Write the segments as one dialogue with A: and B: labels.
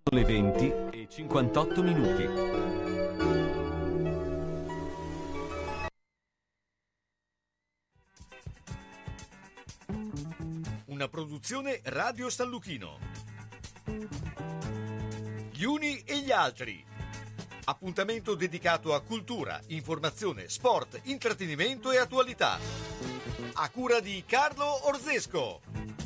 A: Le 20:58 minuti.
B: Una produzione Radio San Luchino. Gli uni e gli altri. Appuntamento dedicato a cultura, informazione, sport, intrattenimento e attualità. A cura di Carlo Orzesco.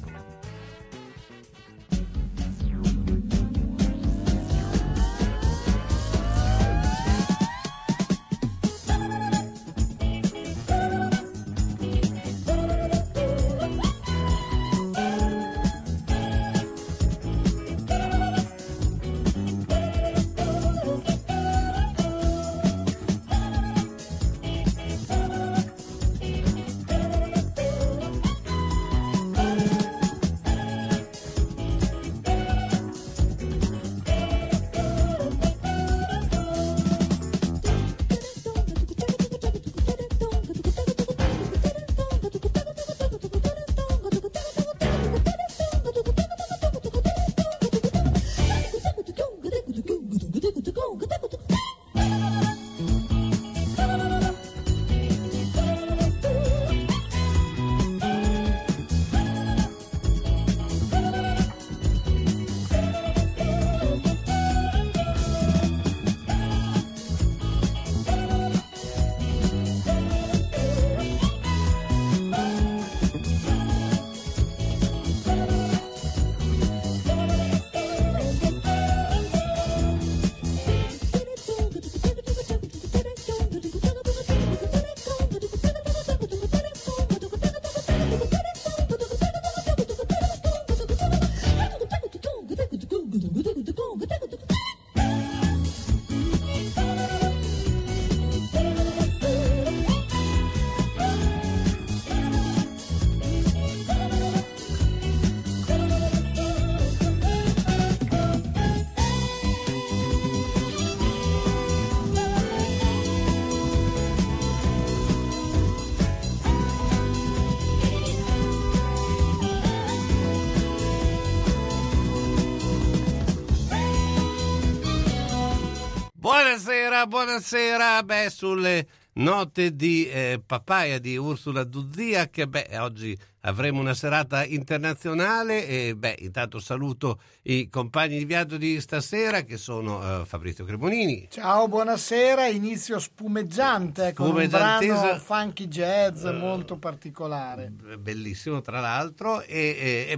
C: Buonasera. Beh, sulle note di Papaya di Ursula Duziak, oggi avremo una serata internazionale e intanto saluto i compagni di viaggio di stasera che sono Fabrizio Cremonini.
D: Ciao, buonasera. Inizio spumeggiante con un brano funky jazz molto particolare.
C: Bellissimo tra l'altro e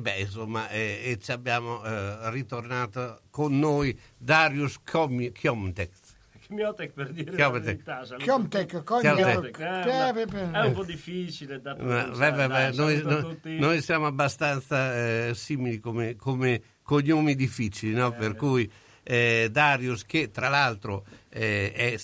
C: ci abbiamo ritornato con noi Darius Kjomtek.
E: Kjomtek per dire la verità.
D: Kjomtek.
E: È un po' difficile da pronunciare.
C: Noi siamo abbastanza simili come cognomi difficili, no? Per cui Darius, che tra l'altro è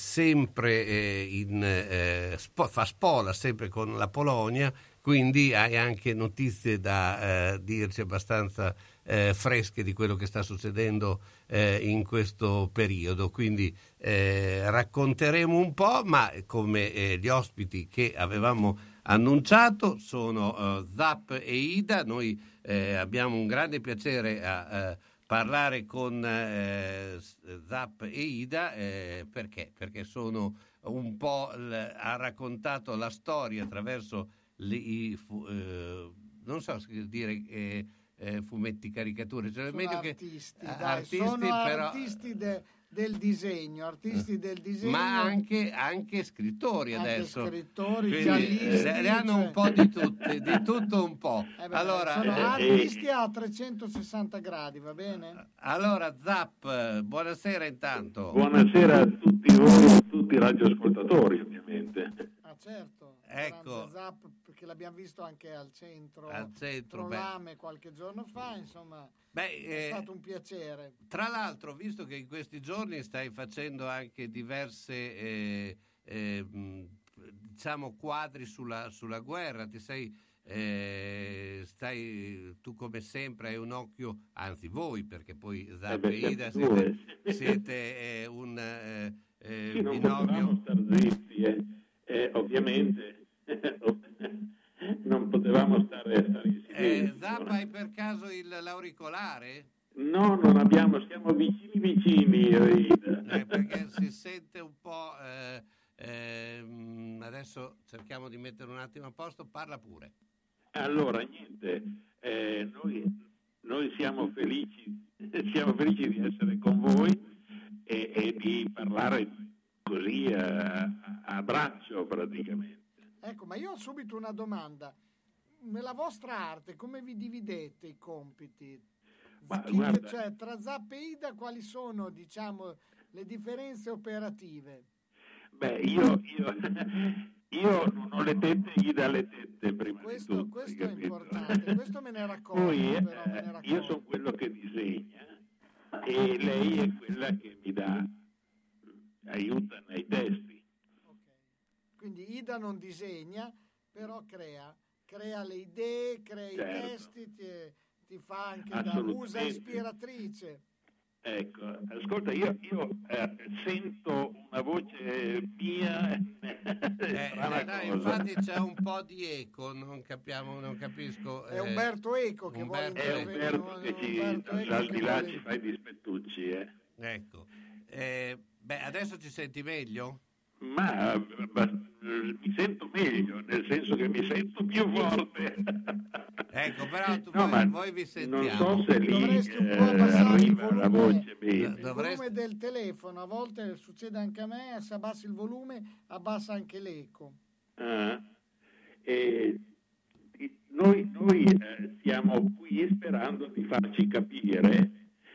C: sempre fa spola sempre con la Polonia, quindi hai anche notizie da dirci abbastanza fresche di quello che sta succedendo in questo periodo, quindi racconteremo un po', ma come gli ospiti che avevamo annunciato sono Zap e Ida. Noi abbiamo un grande piacere a parlare con Zap e Ida perché sono un po' ha raccontato la storia attraverso non so dire fumetti, caricature, cioè
D: sono
C: meglio
D: artisti,
C: che
D: sono
C: però
D: artisti del disegno,
C: ma anche scrittori
D: anche
C: adesso,
D: scrittori,
C: quindi
D: giallisti,
C: ne hanno un po' di tutto un po'.
D: Allora sono artisti a 360 gradi, va bene?
C: Allora Zap, buonasera intanto.
F: Buonasera a tutti voi, a tutti i radioascoltatori ovviamente.
D: Certo,
C: ecco.
D: Zap, perché l'abbiamo visto anche al centro Lame qualche giorno fa, insomma è stato un piacere.
C: Tra l'altro, visto che in questi giorni stai facendo anche diverse diciamo quadri sulla guerra, tu come sempre hai un occhio, anzi voi, perché poi Zap e Ida siete un binomio.
F: Ovviamente non potevamo stare insieme.
C: Zap, hai per caso l'auricolare?
F: No, non abbiamo, siamo vicini io e Ida.
C: Perché si sente un po'... adesso cerchiamo di mettere un attimo a posto, parla pure.
F: Allora, niente, noi siamo felici di essere con voi e di parlare così a braccio praticamente.
D: Ecco, ma io ho subito una domanda. Nella vostra arte come vi dividete i compiti?
F: Guarda,
D: cioè, tra Zap e Ida quali sono, diciamo, le differenze operative?
F: Beh, io non ho le tette, Ida ha le tette prima di tutto.
D: Questo è importante, questo me ne racconto.
F: Poi io sono quello che disegna e lei è quella che mi dà aiuta nei testi.
D: Okay. Quindi Ida non disegna, però crea le idee, crea
F: certo.
D: I testi, ti fa anche da musa ispiratrice.
F: Ecco, ascolta, io sento una voce mia.
C: Infatti c'è un po' di eco, non capisco.
D: È Umberto Eco che vuole intervenire.
F: È Umberto che al di là ci fa i dispettucci.
C: Ecco. Adesso ci senti meglio?
F: Ma mi sento meglio, nel senso che mi sento più forte.
C: Ecco, però voi vi sentiamo.
F: Non so se lì
D: dovresti un po' abbassare
F: arriva la voce bene.
D: Il volume del telefono, a volte succede anche a me, se abbassi il volume abbassa anche l'eco.
F: Noi siamo qui sperando di farci capire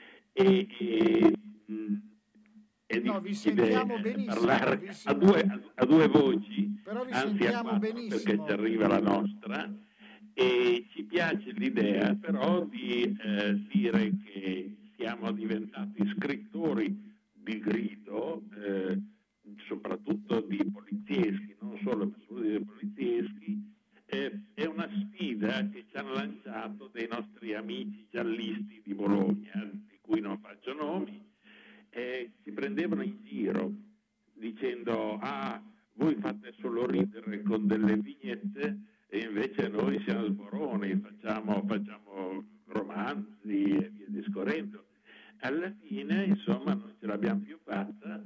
D: no, vi sentiamo benissimo.
F: Parlare a due voci,
D: però vi
F: anzi
D: sentiamo
F: a 4,
D: benissimo.
F: perché ci arriva la nostra, e ci piace l'idea però di dire che siamo diventati scrittori di grido, soprattutto di polizieschi, non solo di polizieschi. È una sfida che ci hanno lanciato dei nostri amici giallisti di Bologna, di cui non faccio nomi. Ci prendevano in giro dicendo voi fate solo ridere con delle vignette e invece noi siamo sboroni, facciamo romanzi e via discorrendo. Alla fine insomma non ce l'abbiamo più fatta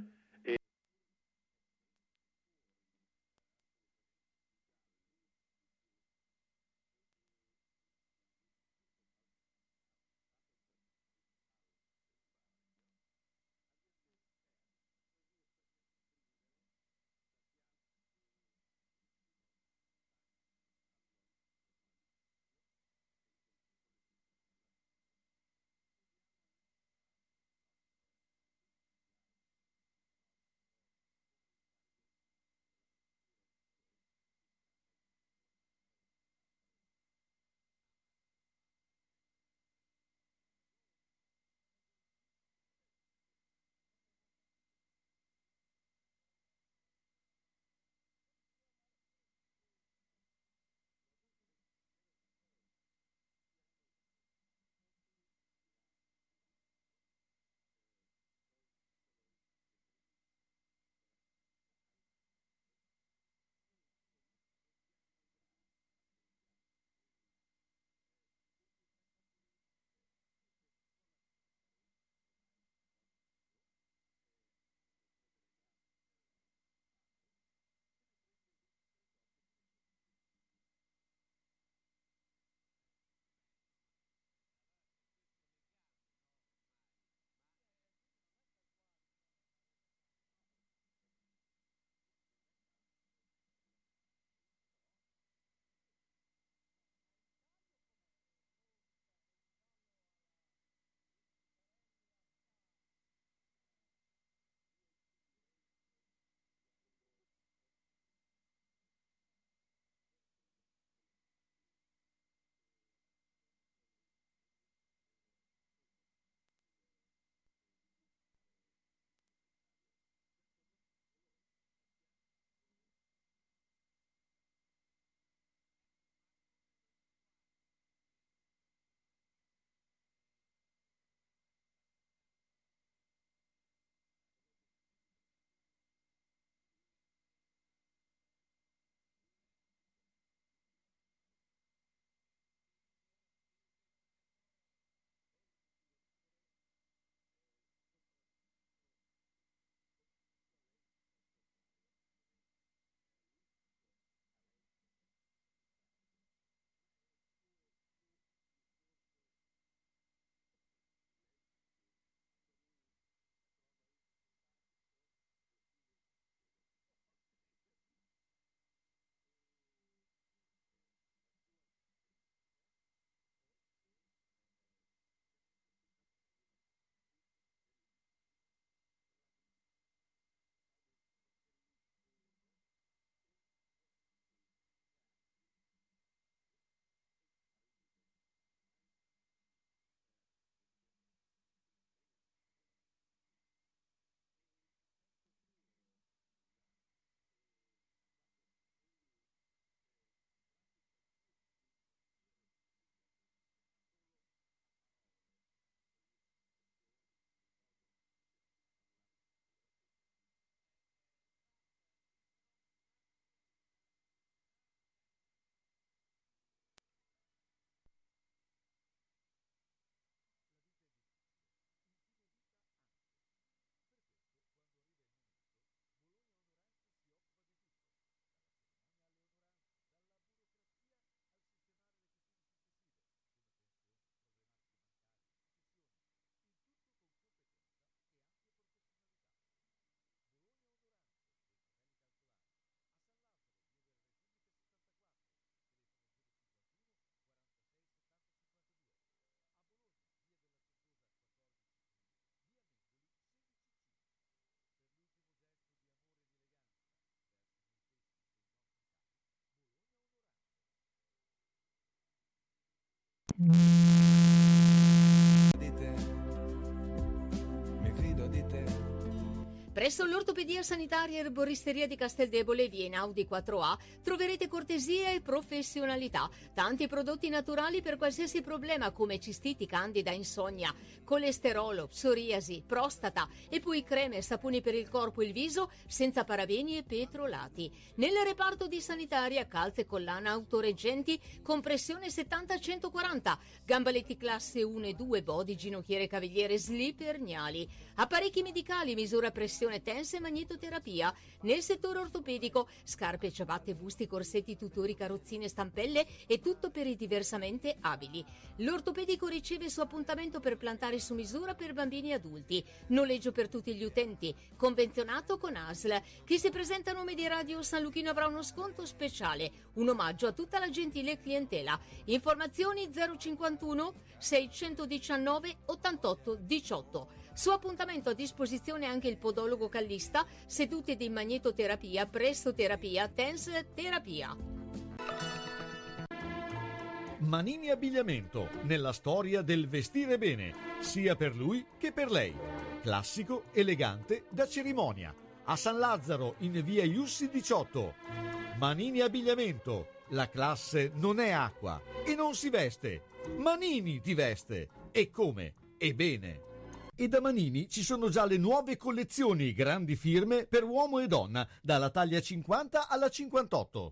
G: Presso l'Ortopedia Sanitaria e Erboristeria di Casteldebole, via Einaudi 4A, troverete cortesia e professionalità. Tanti prodotti naturali per qualsiasi problema come cistiti, candida, insonnia, colesterolo, psoriasi, prostata e poi creme e saponi per il corpo e il viso senza parabeni e petrolati. Nel reparto di sanitaria, calze collana autoreggenti, compressione 70-140, gambaletti classe 1 e 2, body, ginocchiere, cavigliere, slip erniali, apparecchi medicali, misura pressione tense e magnetoterapia. Nel settore ortopedico, scarpe, ciabatte, busti, corsetti, tutori, carrozzine, stampelle e tutto per i diversamente abili. L'ortopedico riceve su appuntamento per plantare su misura per bambini e adulti, noleggio per tutti gli utenti, convenzionato con ASL. Chi si presenta a nome di Radio San Luchino avrà uno sconto speciale, un omaggio a tutta la gentile clientela. Informazioni 051 619 88 18. Su appuntamento a disposizione anche il podologo callista, sedute di magnetoterapia, pressoterapia, tense terapia.
B: Manini Abbigliamento, nella storia del vestire bene, sia per lui che per lei. Classico, elegante, da cerimonia. A San Lazzaro, in via Iussi 18. Manini Abbigliamento, la classe non è acqua e non si veste. Manini ti veste. E come? E bene. E da Manini ci sono già le nuove collezioni grandi firme per uomo e donna, dalla taglia 50 alla 58.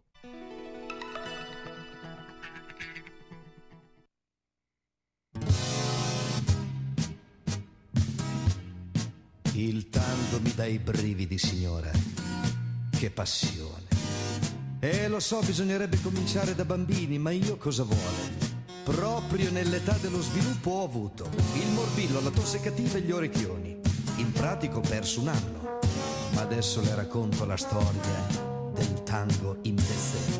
H: Il tango mi dà i brividi, signora. Che passione. Lo so, bisognerebbe cominciare da bambini, ma io cosa vuole? Proprio nell'età dello sviluppo ho avuto il morbillo, la tosse cattiva e gli orecchioni. In pratica ho perso un anno, ma adesso le racconto la storia del tango in dessert.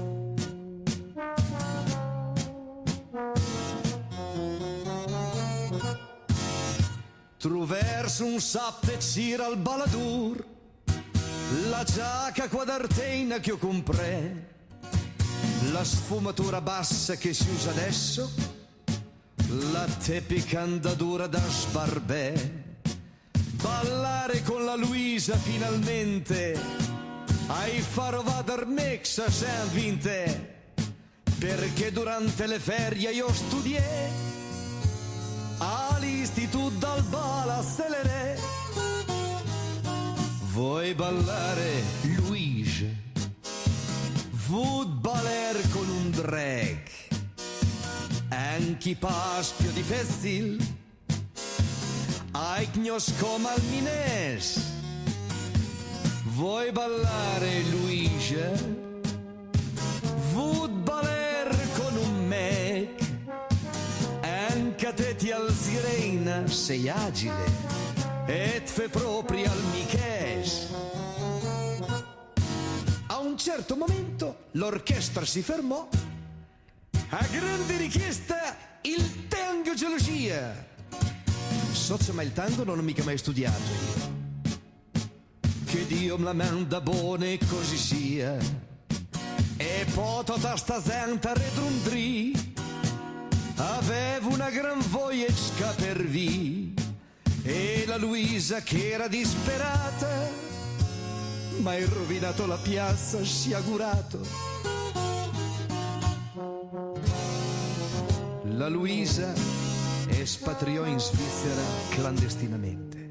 H: Troverse un sappe cira al baladur, la giacca quadarteina che io compré, la sfumatura bassa che si usa adesso, la tepicandadura da sbarbè, ballare con la Luisa finalmente, ai faro vadar mexa sen vinte, perché durante le ferie io studiai all'istituto dal Bala Selere. Vuoi ballare, Luisa? Vuoi ballare con un drag? Anche paspio di festil? Ai gnoscom al mines? Vuoi ballare, Luisa? Vuoi ballare con un Mac? Anche te ti alzireina, sei agile e te fai proprio al miches. A un certo momento l'orchestra si fermò. A grande richiesta il tango gelosia. Socio, ma il tango non ho mica mai studiato io. Che Dio me la manda buona e così sia. E poi tutta sta gente redrundrì. Avevo una gran voglia di scappar via. E la Luisa che era disperata ma hai rovinato la piazza, sciagurato. La Luisa espatriò in Svizzera clandestinamente.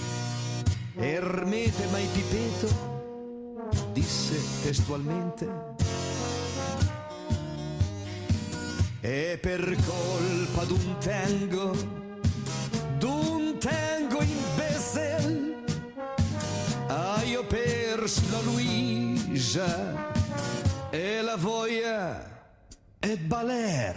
H: Ermete mai Pipeto disse testualmente: e per colpa d'un tango in Bessel, io perso la Luisa e la voglia è baler.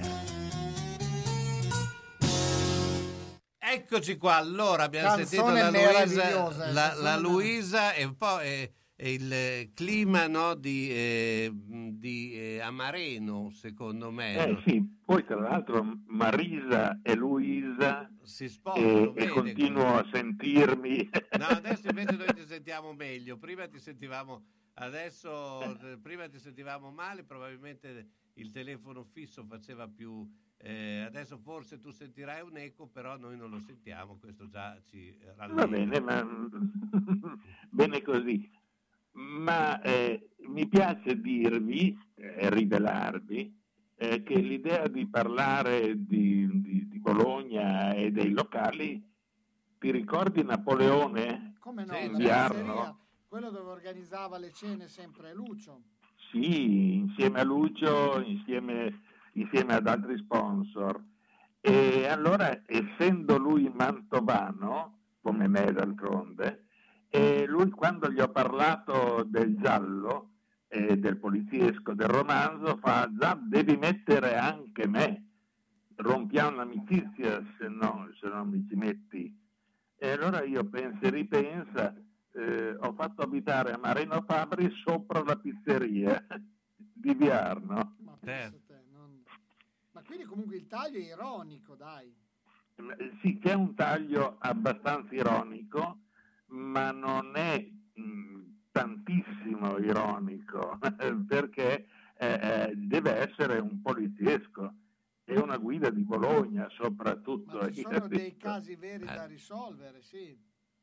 C: Eccoci qua, allora abbiamo sentito la Luisa e un po' il clima, no, di Amareno, secondo me.
F: Sì, poi tra l'altro Marisa e Luisa
C: si sposano
F: e continuo a sentirmi.
C: No, adesso invece noi ti sentiamo meglio, prima ti sentivamo Adesso prima ti sentivamo male, probabilmente il telefono fisso faceva più. Adesso forse tu sentirai un eco, però noi non lo sentiamo, questo già ci rallegra.
F: Va bene, ma bene così. Ma mi piace dirvi, rivelarvi, che l'idea di parlare di Bologna e dei locali, ti ricordi Napoleone?
D: Come no,
F: di Arno?
D: Quello dove organizzava le cene sempre Lucio.
F: Sì, insieme a Lucio, insieme ad altri sponsor. E allora, essendo lui mantovano, come me d'altronde, e lui, quando gli ho parlato del giallo, del poliziesco, del romanzo, fa: già, devi mettere anche me, rompiamo l'amicizia se non mi ci metti. E allora io penso e ripensa, ho fatto abitare a Marino Fabbri sopra la pizzeria di Via Arno.
D: Ma pensa te, ma quindi comunque il taglio è ironico, dai.
F: Sì, c'è un taglio abbastanza ironico, ma non è tantissimo ironico, perché deve essere un poliziesco e una guida di Bologna soprattutto.
D: Ma ci sono dei casi veri da risolvere, sì.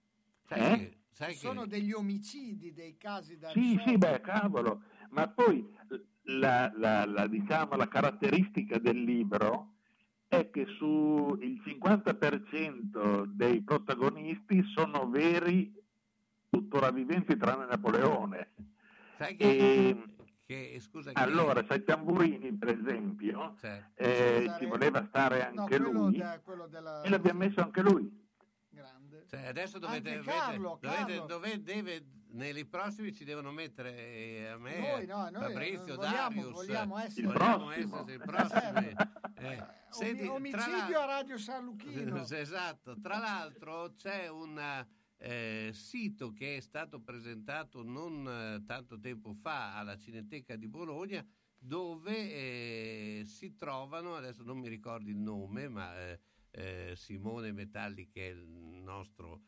D: Sono degli omicidi, dei casi da risolvere.
F: Sì, beh, cavolo, ma poi diciamo, la caratteristica del libro è che su il 50% dei protagonisti sono veri, tuttora viventi, tranne Napoleone.
C: Sai scusa,
F: allora, sai, Tamburini, per esempio, ci voleva stare anche lui, e l'abbiamo messo anche lui.
D: Grande.
C: Cioè, adesso dovete nei prossimi ci devono mettere a me,
D: noi
C: Fabrizio,
D: Darius, vogliamo essere
C: il prossimo.
D: Senti, omicidio a Radio San Luchino.
C: Esatto. Tra l'altro c'è un sito che è stato presentato non tanto tempo fa alla Cineteca di Bologna, dove si trovano, adesso non mi ricordo il nome, ma Simone Metalli, che è il nostro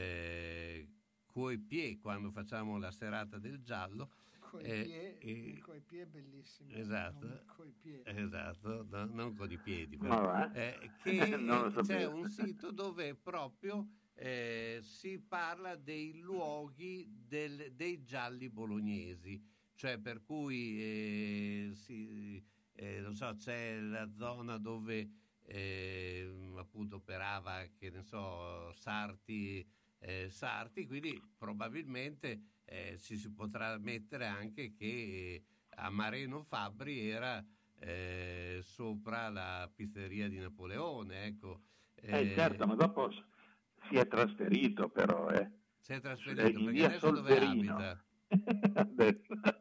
C: coepier quando facciamo la serata del giallo.
D: Il coepier è bellissimo.
C: Esatto, non con i piedi,
F: che
C: c'è un sito dove proprio si parla dei luoghi dei gialli bolognesi, cioè per cui non so, c'è la zona dove appunto operava, che ne so, Sarti, quindi probabilmente si potrà mettere anche che a Marino Fabbri era sopra la pizzeria di Napoleone, ecco.
F: Certo, ma dopo si è trasferito, però
C: si è trasferito
F: in
C: perché
F: via
C: adesso
F: Solferino.
C: Dove
F: abita?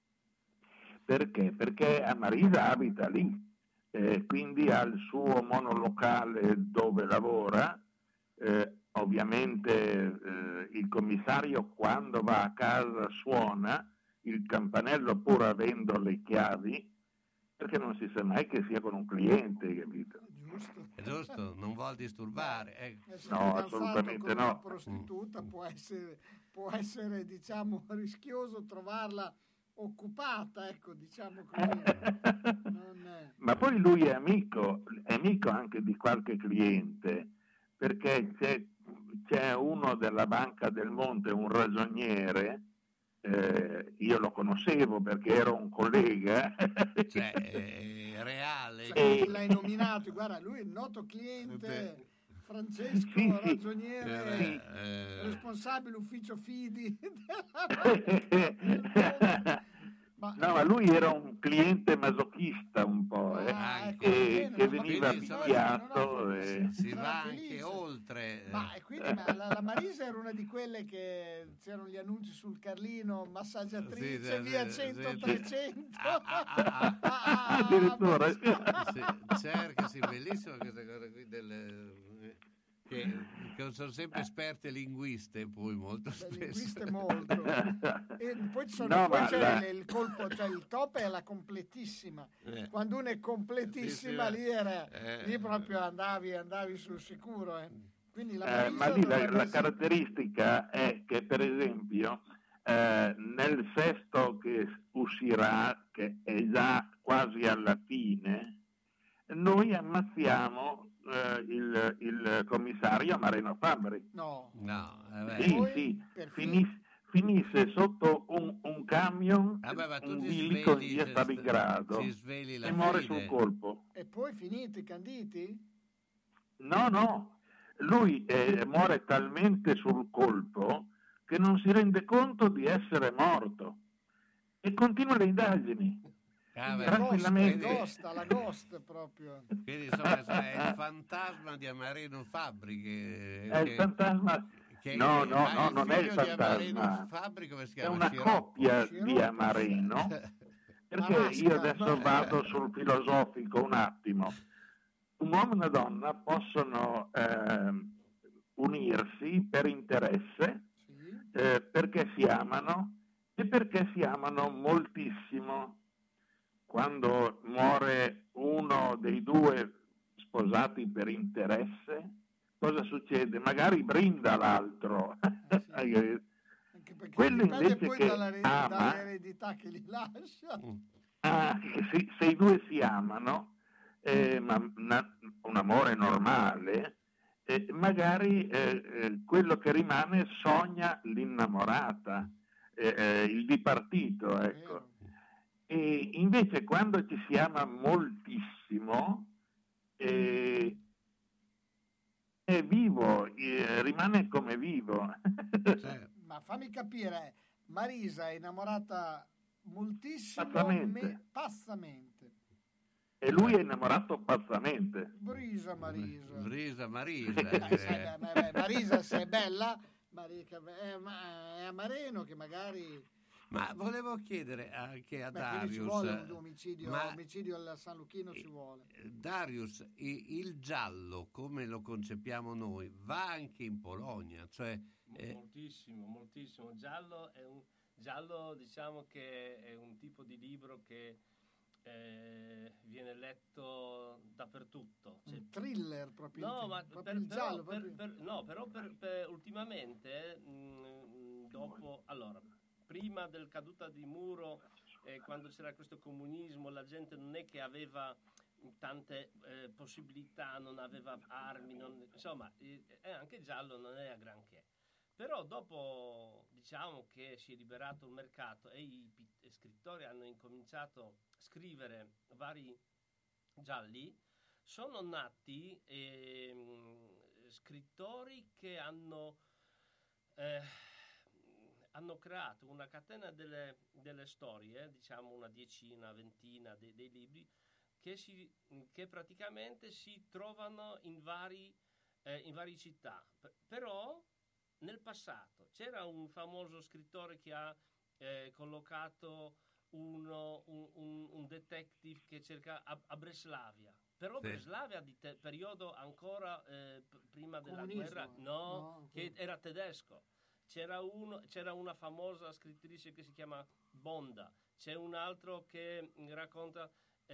F: Perché a Marisa abita lì, quindi ha il suo monolocale dove lavora. Ovviamente il commissario, quando va a casa, suona il campanello pur avendo le chiavi, perché non si sa mai che sia con un cliente, capito?
C: È giusto, non vuol disturbare.
F: No, assolutamente no.
D: Una prostituta può essere, diciamo, rischioso trovarla occupata, ecco, diciamo così.
F: Ma poi lui è amico anche di qualche cliente, perché c'è uno della Banca del Monte, un ragioniere, io lo conoscevo perché ero un collega.
C: Reale.
D: L'hai nominato, guarda, lui è il noto cliente Francesco, ragioniere, responsabile ufficio Fidi.
F: Ma lui era un cliente masochista un po', che veniva picchiato.
C: Si va anche oltre.
D: Quindi la Marisa era una di quelle che c'erano gli annunci sul Carlino, massaggiatrice, via 100-300.
F: Addirittura.
C: Cercasi, bellissima questa cosa qui che sono sempre esperte linguiste, poi molto spesso.
D: Linguiste molto. E poi c'è il colpo, cioè il top è la completissima. Quando uno è completissima, lì proprio andavi sul sicuro. Quindi
F: ma lì la caratteristica è che, per esempio, nel sesto che uscirà, che è già quasi alla fine, noi ammazziamo il commissario Marino Fabbri. Finisse sotto un camion, un bilico in Stalingrado, e muore sul colpo.
D: E poi finiti, canditi?
F: No, lui muore talmente sul colpo che non si rende conto di essere morto e continua le indagini.
D: Tranquillamente. La ghost proprio.
C: Quindi insomma è il fantasma di Amarino Fabbri
F: è il fantasma. No, non è il fantasma.
C: Fabbri, come si
F: chiama? È una coppia
C: Scirocco.
F: Di Amarino. Perché io adesso vado sul filosofico un attimo. Un uomo e una donna possono unirsi per interesse, perché si amano e perché si amano moltissimo. Quando muore uno dei due sposati per interesse, cosa succede? Magari brinda l'altro. Quello invece
D: poi
F: che
D: dall'eredità che gli lascia.
F: Se i due si amano, ma un amore normale, magari quello che rimane sogna l'innamorata, il dipartito, ecco. E invece quando ci si ama moltissimo, è vivo, rimane come vivo.
D: Ma fammi capire, Marisa è innamorata moltissimo, pazzamente.
F: E lui è innamorato pazzamente.
D: Marisa.
C: Marisa,
D: se è bella, è Amareno che magari...
C: Ma volevo chiedere anche a Darius...
D: Ci vuole un omicidio al San Luchino, ci vuole.
C: Darius, il giallo, come lo concepiamo noi, va anche in Polonia, cioè...
E: Moltissimo. Giallo, diciamo che è un tipo di libro che viene letto dappertutto.
D: Un thriller proprio.
E: No, ma
D: il giallo.
E: Però ultimamente, dopo... Allora, prima del caduta di muro, quando c'era questo comunismo, la gente non è che aveva tante possibilità, non aveva armi, insomma, anche il giallo non è a granché. Però dopo, diciamo che si è liberato il mercato e i scrittori hanno incominciato a scrivere vari gialli, sono nati scrittori che hanno creato una catena delle storie, diciamo una decina, ventina dei libri che praticamente si trovano in varie città. Però nel passato c'era un famoso scrittore che ha collocato un detective che cerca a Breslavia. Però Breslavia di periodo ancora prima della guerra, che era tedesco. C'era una famosa scrittrice che si chiama Bonda, c'è un altro che racconta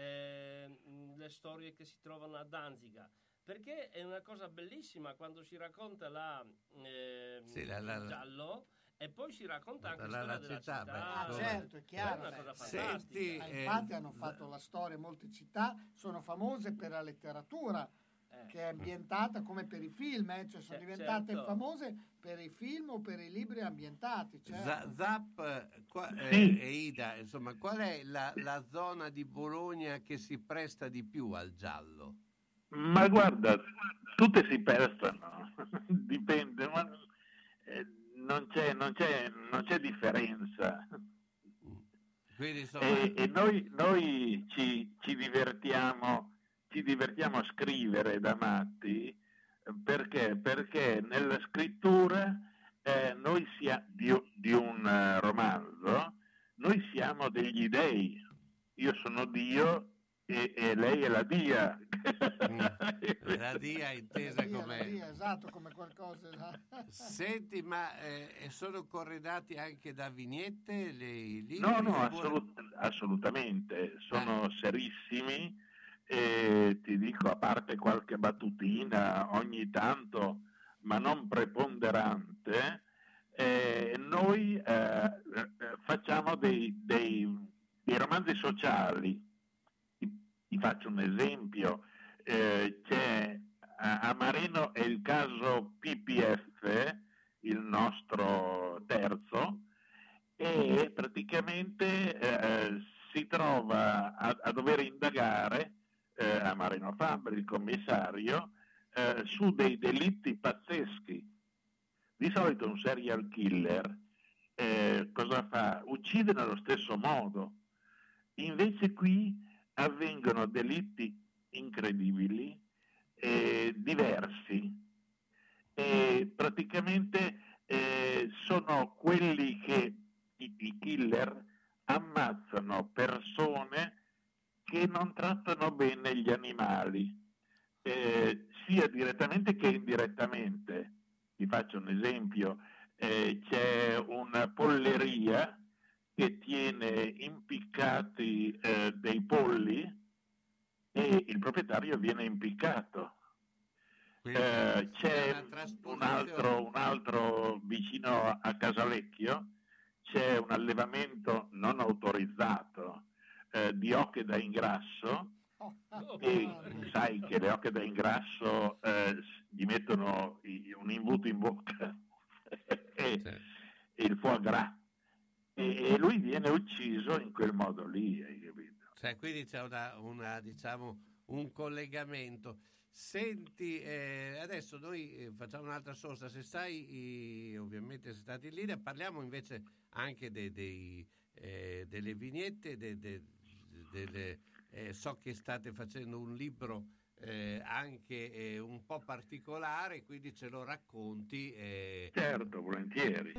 E: le storie che si trovano a Danziga, perché è una cosa bellissima quando si racconta il giallo e poi si racconta anche la storia della città.
D: Certo, è chiaro.
E: È una cosa fantastica.
D: Infatti hanno fatto la storia, molte città sono famose per la letteratura, che è ambientata come per i film, cioè sono diventate famose per i film o per i libri ambientati. Certo.
C: Zap e Ida, insomma, qual è la zona di Bologna che si presta di più al giallo?
F: Ma guarda, tutte si prestano, dipende, ma non c'è differenza.
C: Quindi, insomma...
F: e noi ci divertiamo a scrivere da matti, perché nella scrittura noi di un romanzo, noi siamo degli dei. Io sono Dio e lei è la Dia.
C: La Dia intesa come...
D: esatto, come qualcosa. Esatto.
C: Senti, ma sono corredati anche da vignette i libri?
F: No, assolutamente, sono serissimi. E ti dico, a parte qualche battutina ogni tanto, ma non preponderante, noi facciamo dei romanzi sociali. Vi faccio un esempio, c'è a Marino è il caso PPF, il nostro terzo, e praticamente si trova a dover indagare a Marino Fabbri, il commissario, su dei delitti pazzeschi. Di solito un serial killer cosa fa? Uccide nello stesso modo. Invece qui avvengono delitti incredibili, diversi, e praticamente sono quelli che i killer ammazzano persone che non trattano bene gli animali, sia direttamente che indirettamente. Vi faccio un esempio, c'è una polleria che tiene impiccati dei polli e il proprietario viene impiccato. C'è un altro vicino a Casalecchio, c'è un allevamento non autorizzato di oche da ingrasso, e sai che le oche da ingrasso gli mettono un imbuto in bocca e il foie gras, e lui viene ucciso in quel modo lì, hai capito?
C: Quindi c'è diciamo un collegamento. Senti, adesso noi facciamo un'altra sosta, se ovviamente se stati in linea, parliamo invece anche delle vignette, so che state facendo un libro anche un po' particolare, quindi ce lo racconti.
F: Certo, volentieri.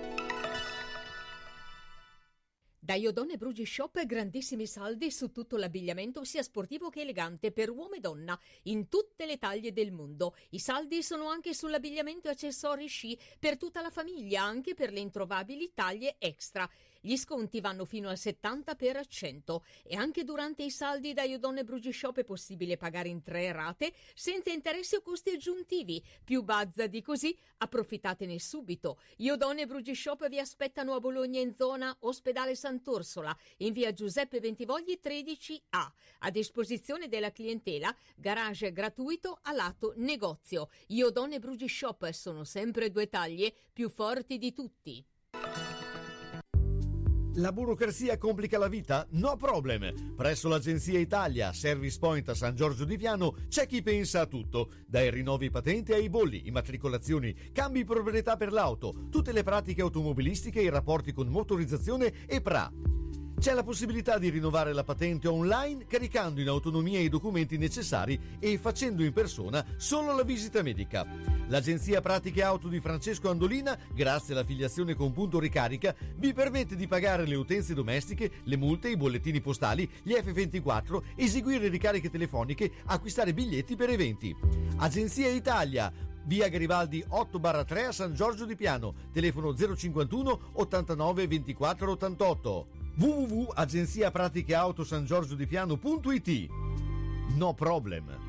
G: Da Iodone Brugi Shop grandissimi saldi su tutto l'abbigliamento sia sportivo che elegante per uomo e donna in tutte le taglie del mondo. I saldi sono anche sull'abbigliamento e accessori sci per tutta la famiglia, anche per le introvabili taglie extra. Gli sconti vanno fino al 70% e anche durante i saldi da Iodone Brugi Shop è possibile pagare in 3 rate senza interessi o costi aggiuntivi. Più bazza di così, approfittatene subito. Iodone Brugi Shop vi aspettano a Bologna in zona Ospedale Sant'Orsola, in via Giuseppe Bentivogli 13A. A disposizione della clientela, garage gratuito a lato negozio. Iodone Brugi Shop sono sempre 2 taglie più forti di tutti.
B: La burocrazia complica la vita? No problem! Presso l'Agenzia Italia Service Point a San Giorgio di Piano c'è chi pensa a tutto, dai rinnovi patente ai bolli, immatricolazioni, cambi proprietà per l'auto, tutte le pratiche automobilistiche e i rapporti con motorizzazione e PRA. C'è la possibilità di rinnovare la patente online caricando in autonomia i documenti necessari e facendo in persona solo la visita medica. L'Agenzia Pratiche Auto di Francesco Andolina, grazie all'affiliazione con Punto Ricarica, vi permette di pagare le utenze domestiche, le multe, i bollettini postali, gli F24, eseguire ricariche telefoniche, acquistare biglietti per eventi. Agenzia Italia, via Garibaldi 8/3 a San Giorgio di Piano, telefono 051 89 24 88. www.agenziapraticheautosangiorgiodipiano.it. No problem.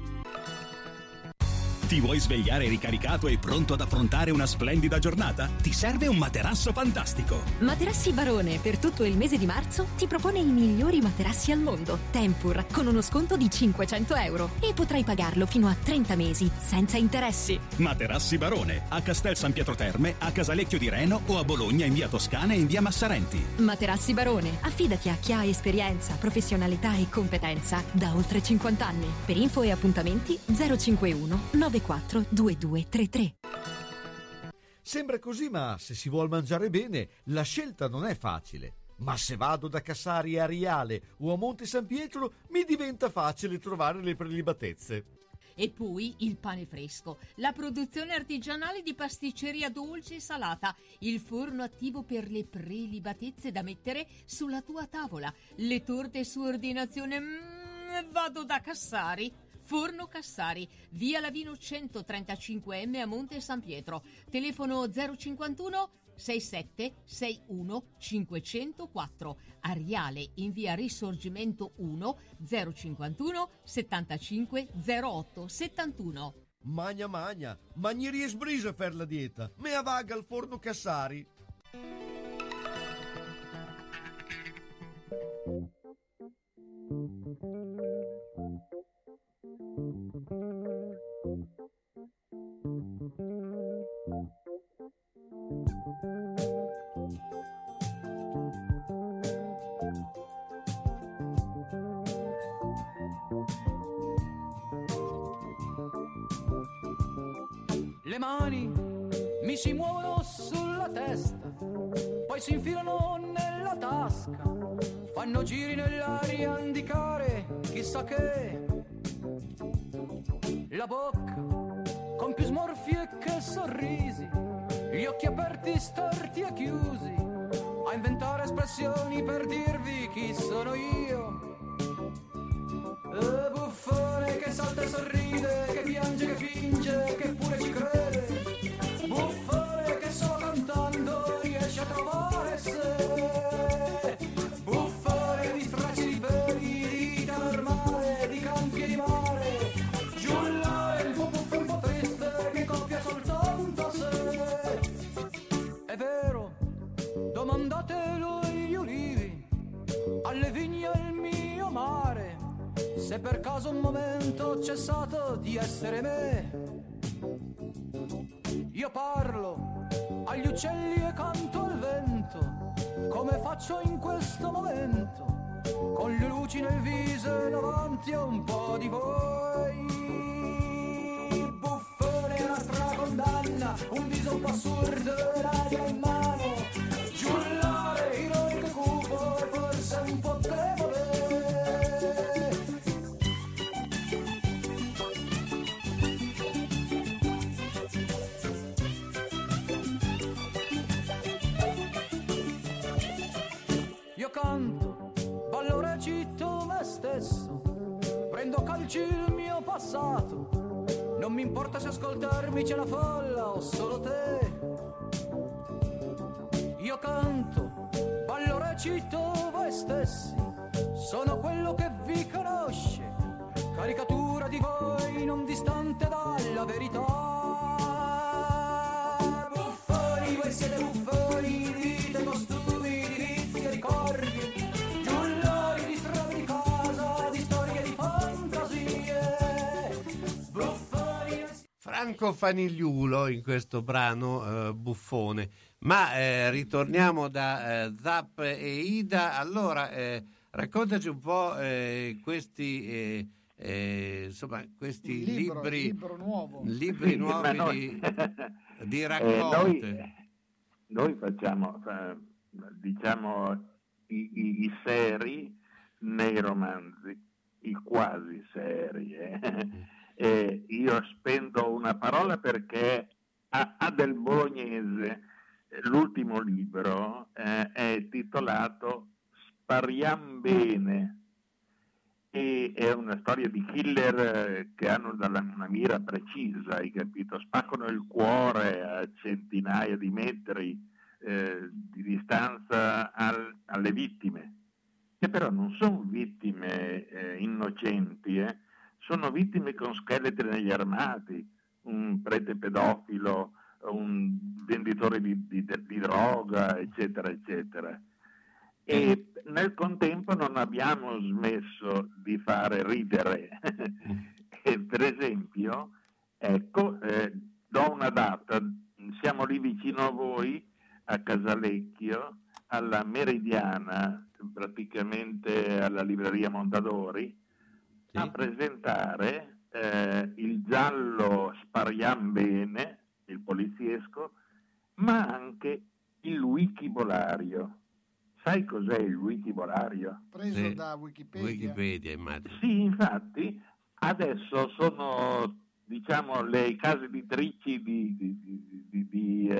I: Ti vuoi svegliare ricaricato e pronto ad affrontare una splendida giornata? Ti serve un materasso fantastico.
J: Materassi Barone per tutto il mese di marzo ti propone i migliori materassi al mondo. Tempur con uno sconto di €500 e potrai pagarlo fino a 30 mesi senza interessi.
I: Materassi Barone a Castel San Pietro Terme, a Casalecchio di Reno o a Bologna in via Toscana e in via Massarenti.
J: Materassi Barone, affidati a chi ha esperienza, professionalità e competenza da oltre 50 anni. Per info e appuntamenti 051 942233.
B: Sembra così, ma se si vuol mangiare bene, la scelta non è facile. Ma se vado da Cassari a Riale o a Monte San Pietro, mi diventa facile trovare le prelibatezze.
G: E poi il pane fresco, la produzione artigianale di pasticceria dolce e salata, il forno attivo per le prelibatezze da mettere sulla tua tavola, le torte su ordinazione. Vado da Cassari. Forno Cassari, via Lavino 135M a Monte San Pietro, telefono 051 67 61 504, a Riale in via Risorgimento 1 051 75 08 71.
B: Magna, magni riesbrisa per la dieta, me avaga al forno Cassari.
K: Le mani mi si muovono sulla testa, poi si infilano nella tasca, fanno giri nell'aria a indicare chissà che. La bocca con più smorfie che sorrisi, gli occhi aperti, storti e chiusi, a inventare espressioni per dirvi chi sono io. Buffone che salta e sorride, che piange, che finge, che pure ci crede. Buffone che solo cantando riesce a trovare sé. Buffone di stracci di peli, di vita normale, di campi e di mare. Giullare il buffo un po' triste che coppia soltanto a sé. È vero, domandatelo agli ulivi, alle vigne al mio mare, se per caso un momento ho cessato di essere me. Io parlo agli uccelli e canto al vento, come faccio in questo momento, con le luci nel viso e davanti a un po' di voi. Buffone, la stracondanna, un viso un po' assurdo e l'aria in mano. Giullare, ironico e cupo, e forse un po' debole. Io canto, ballo, recito me stesso, prendo a calci il mio passato, non mi importa se ascoltarmi c'è la folla o solo te. Io canto, ballo, recito voi stessi, sono quello che vi conosce, caricatura di voi non distante dalla verità. Buffoni, voi siete buffoni, di vite, costumi, di vizi e ricordi, giullari di strade di casa, di storie, di fantasie. Buffoni.
C: Franco Fanigliulo in questo brano Buffone. Ma ritorniamo da Zap e Ida. Allora, raccontaci un po' questi libri nuovi di raccolte.
F: Noi facciamo, diciamo, i seri nei romanzi, i quasi seri. Io spendo una parola perché a Del Bolognese l'ultimo libro è titolato Spariam bene, e è una storia di killer che hanno una mira precisa, hai capito? Spaccano il cuore a centinaia di metri di distanza alle vittime, che però non sono vittime innocenti, sono vittime con scheletri negli armadi, un prete pedofilo, un venditore di droga, eccetera, eccetera. E nel contempo non abbiamo smesso di fare ridere. Per esempio, ecco, do una data, siamo lì vicino a voi, a Casalecchio, alla Meridiana, praticamente alla libreria Mondadori, sì, a presentare il giallo Spariam bene, il poliziesco, ma anche il wikibolario. Sai cos'è il wikibolario?
D: Preso da Wikipedia,
C: immagino.
F: Sì, infatti, adesso sono, diciamo, le case editrici di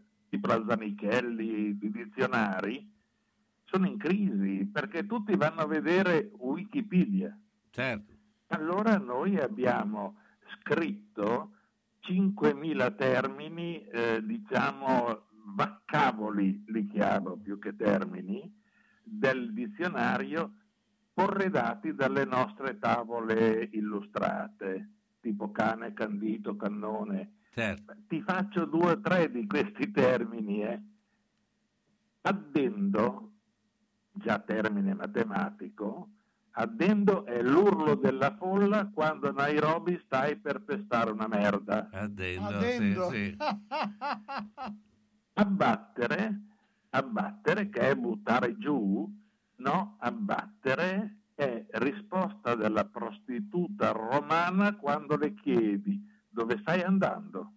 F: Zanichelli, di dizionari, sono in crisi perché tutti vanno a vedere Wikipedia.
C: Certo.
F: Allora noi abbiamo scritto 5.000 termini, diciamo vaccavoli li chiamo più che termini, del dizionario, corredati dalle nostre tavole illustrate, tipo cane, candito, cannone.
C: Certo.
F: Ti faccio 2 o 3 di questi termini, Addendo, già termine matematico, addendo è l'urlo della folla quando Nairobi stai per pestare una merda.
C: Addendo. Sì.
F: Abbattere che è buttare giù, no, abbattere è risposta della prostituta romana quando le chiedi dove stai andando.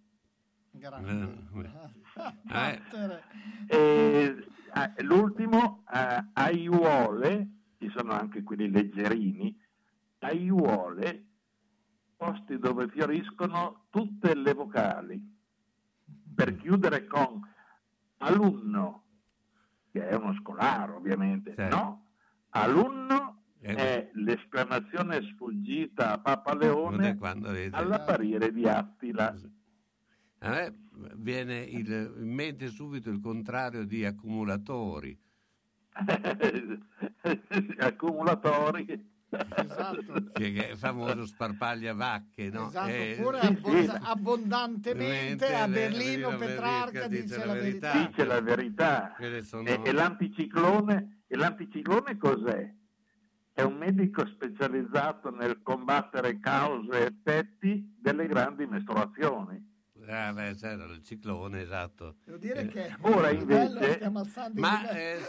F: L'ultimo, aiuole, ci sono anche quelli leggerini, aiuole, posti dove fioriscono tutte le vocali, per chiudere con alunno, che è uno scolaro ovviamente, sì. No, alunno è l'esclamazione sfuggita a Papa Leone all'apparire di Attila.
C: A me viene in mente subito il contrario di accumulatori.
D: Accumulatori. Esatto.
C: Che è famoso sparpaglia vacche, no?
D: Esatto, oppure abbondantemente a Berlino Petrarca dice la verità.
F: Dice la verità. E l'anticiclone cos'è? È un medico specializzato nel combattere cause e effetti delle grandi mestruazioni.
C: C'era il ciclone, esatto.
D: Devo dire che
F: ora invece
C: ma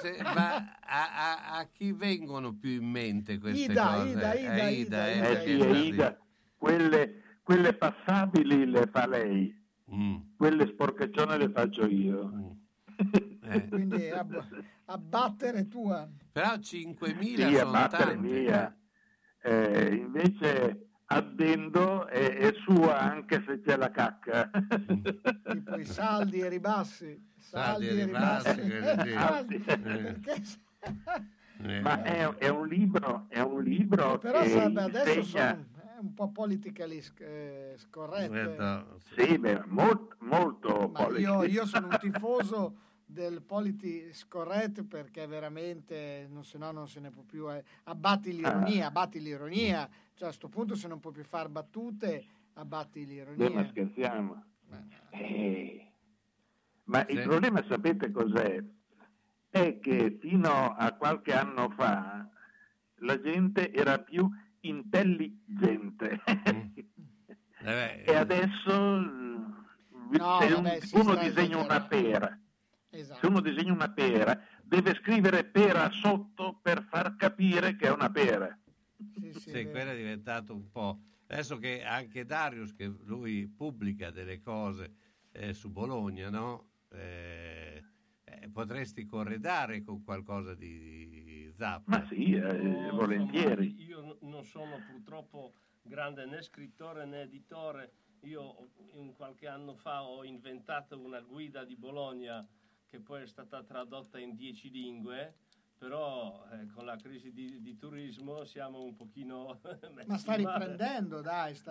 C: a chi vengono più in mente queste cose?
F: Ida. Quelle passabili le fa lei, quelle sporcaccione le faccio io.
D: Quindi abbattere tua.
C: Però 5.000 sono
F: abbattere
C: tante.
F: Mia. Invece addendo è sua anche se c'è la cacca.
D: Tipo i saldi e ribassi.
F: Ma è un libro
D: però
F: che
D: adesso
F: insegna...
D: è un po' politically scorretto.
F: Sì, molto
D: ma io sono un tifoso del politics correct perché veramente se no non se ne può più. Abbatti l'ironia. Cioè a sto punto se non può più far battute, abbatti l'ironia.
F: Ma scherziamo. Ma il problema sapete cos'è? È che fino a qualche anno fa la gente era più intelligente e adesso uno disegna una pera.
D: Esatto.
F: Se uno disegna una pera deve scrivere pera sotto per far capire che è una pera.
C: Sì, quello è diventato un po'. Adesso che anche Darius, che lui pubblica delle cose su Bologna, no? Potresti corredare con qualcosa di Zappa.
F: Ma sì, volentieri.
E: Io non sono purtroppo grande né scrittore né editore. Io qualche anno fa ho inventato una guida di Bologna che poi è stata tradotta in 10 lingue, però con la crisi di turismo siamo un pochino
D: ma sta riprendendo.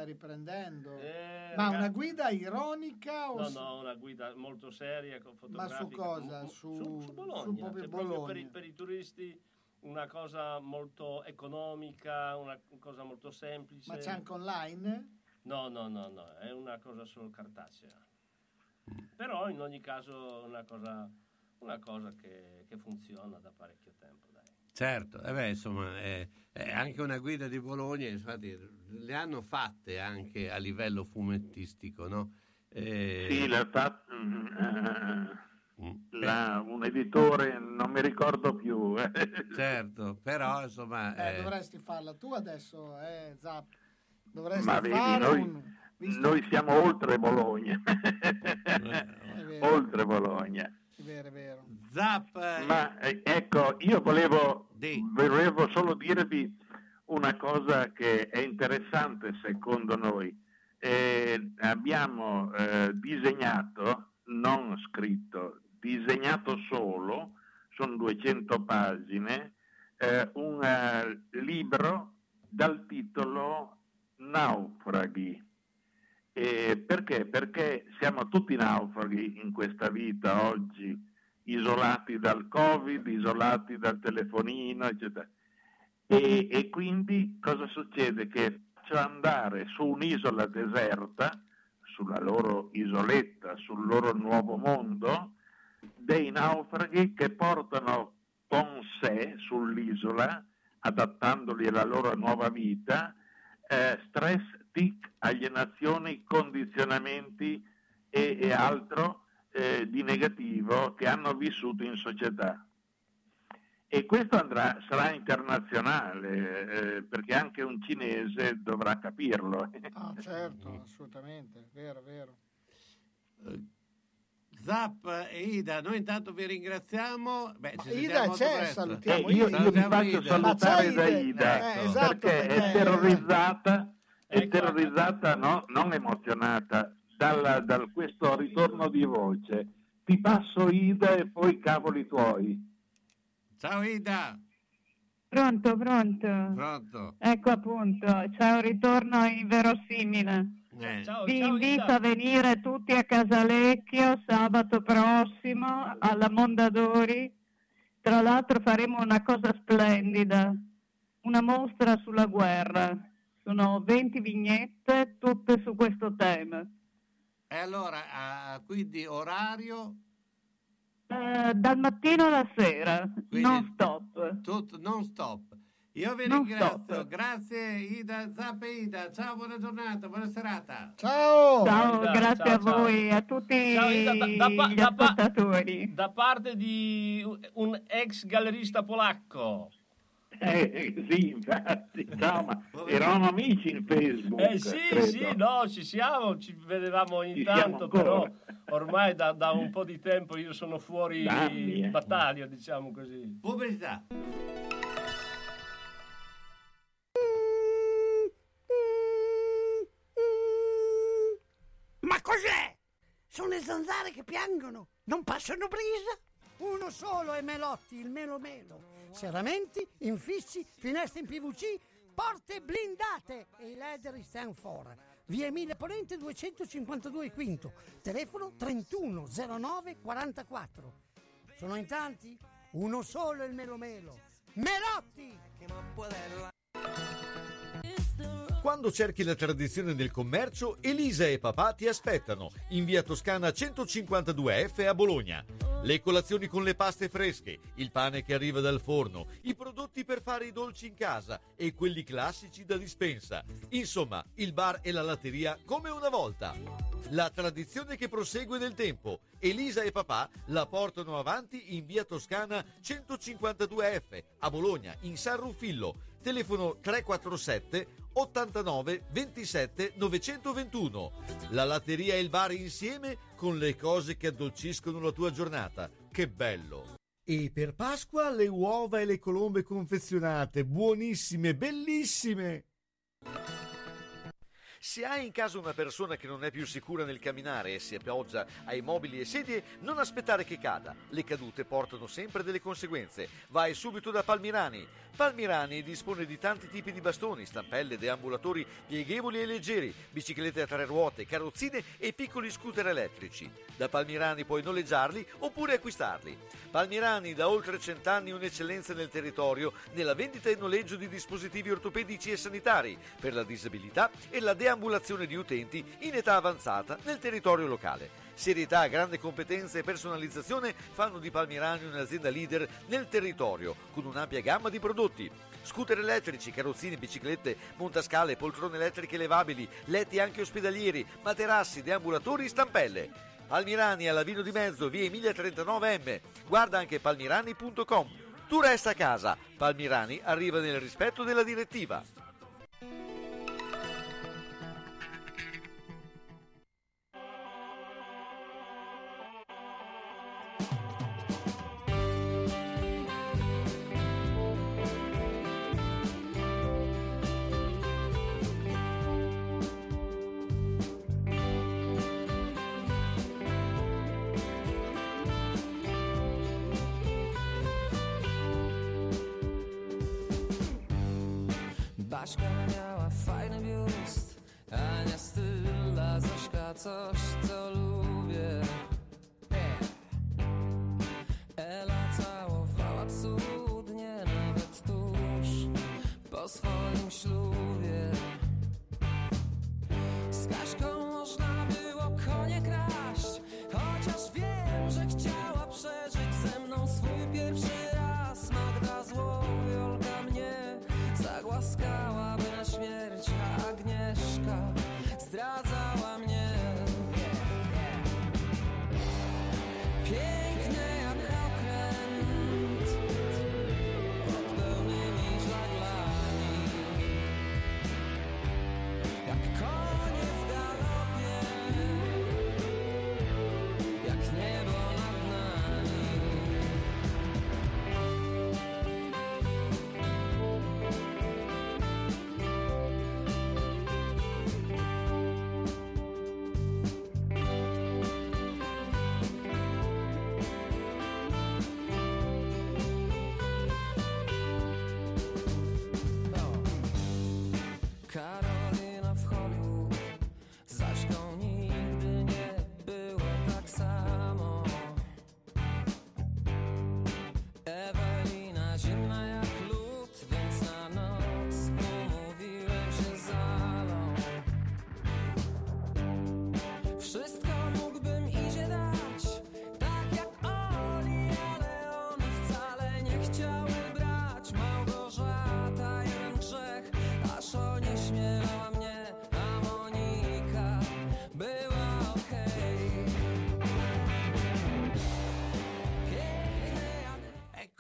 D: Ma una guida ironica?
E: No, una guida molto seria, fotografica.
D: Ma su cosa?
E: Su Bologna. Proprio Bologna. Per i turisti una cosa molto economica, una cosa molto semplice.
D: Ma c'è anche online?
E: No, è una cosa solo cartacea. Però in ogni caso una cosa che funziona da parecchio tempo, dai.
C: Certo, insomma è anche una guida di Bologna, infatti le hanno fatte anche a livello fumettistico, no?
F: Sì, l'ha fatto un editore, non mi ricordo più.
C: Certo, però insomma
D: dovresti farla tu adesso, Zap. Dovresti
F: ma vedi,
D: fare
F: noi siamo oltre Bologna. Oltre Bologna.
D: È vero.
C: Zap.
F: Ma ecco, io volevo solo dirvi una cosa che è interessante secondo noi. Abbiamo disegnato, non scritto, disegnato solo, sono 200 pagine, un libro dal titolo Naufraghi. Perché? Perché siamo tutti naufraghi in questa vita oggi, isolati dal Covid, isolati dal telefonino, eccetera. E quindi cosa succede? Che faccio andare su un'isola deserta, sulla loro isoletta, sul loro nuovo mondo, dei naufraghi che portano con sé sull'isola, adattandoli alla loro nuova vita, stress, tic, alienazioni, condizionamenti e altro di negativo che hanno vissuto in società. E questo sarà internazionale, perché anche un cinese dovrà capirlo.
D: Ah, certo, assolutamente, vero.
C: Zap e Ida, noi intanto vi ringraziamo.
D: Ida c'è, salutiamo
F: io
D: Ida.
F: vi faccio salutare da Ida,
D: esatto,
F: perché è terrorizzata, no? Non emozionata da questo ritorno di voce. Ti passo Ida e poi cavoli tuoi.
C: Ciao Ida.
L: Pronto. Ecco appunto, c'è un ritorno inverosimile. Vi invito a venire tutti a Casalecchio sabato prossimo alla Mondadori. Tra l'altro faremo una cosa splendida, una mostra sulla guerra. Sono 20 vignette tutte su questo tema.
C: E allora, quindi orario?
L: Dal mattino alla sera,
C: Quindi,
L: non stop.
C: Non stop. Io vi
L: Non
C: ringrazio,
L: stop.
C: Grazie Ida, Zap e Ida, ciao, buona giornata, buona serata.
D: Ciao!
L: Ciao, grazie a voi, a tutti
E: Ciao, Ida,
L: gli ascoltatori.
E: Da parte di un ex gallerista polacco.
F: Sì, infatti, ciao, ma eravamo amici in Facebook.
E: Sì, no, ci vedevamo ogni tanto, però ormai da un po' di tempo io sono fuori battaglia, diciamo così.
C: Pubblicità.
M: Ma cos'è? Sono le zanzare che piangono, non passano brisa? Uno solo è Melotti, il Melo Melo. Serramenti, infissi, finestre in PVC, porte blindate e i leder stand for. Via Emilia Ponente 252 Quinto, telefono 31 09 44. Sono in tanti? Uno solo è il Melo Melo. Melotti!
B: Quando cerchi la tradizione del commercio, Elisa e papà ti aspettano in via Toscana 152F a Bologna. Le colazioni con le paste fresche, il pane che arriva dal forno, i prodotti per fare i dolci in casa e quelli classici da dispensa. Insomma, il bar e la latteria come una volta. La tradizione che prosegue nel tempo. Elisa e papà la portano avanti in via Toscana 152F a Bologna, in San Ruffillo. Telefono 347 89 27 921. La latteria e il bar insieme con le cose che addolciscono la tua giornata. Che bello! E per Pasqua le uova e le colombe confezionate, buonissime, bellissime! Se hai in casa una persona che non è più sicura nel camminare e si appoggia ai mobili e sedie, non aspettare che cada. Le cadute portano sempre delle conseguenze. Vai subito da Palmirani. Palmirani dispone di tanti tipi di bastoni, stampelle, deambulatori pieghevoli e leggeri, biciclette a 3 ruote, carrozzine e piccoli scooter elettrici. Da Palmirani puoi noleggiarli oppure acquistarli. Palmirani, da oltre 100 anni un'eccellenza nel territorio nella vendita e noleggio di dispositivi ortopedici e sanitari per la disabilità e la deambulazione di utenti in età avanzata nel territorio locale. Serietà, grande competenza e personalizzazione fanno di Palmirani un'azienda leader nel territorio, con un'ampia gamma di prodotti. Scooter elettrici, carrozzine, biciclette, montascale, poltrone elettriche levabili, letti anche ospedalieri, materassi, deambulatori, stampelle. Palmirani alla Vino di Mezzo, via Emilia 39M. Guarda anche palmirani.com. Tu resta a casa. Palmirani arriva nel rispetto della direttiva.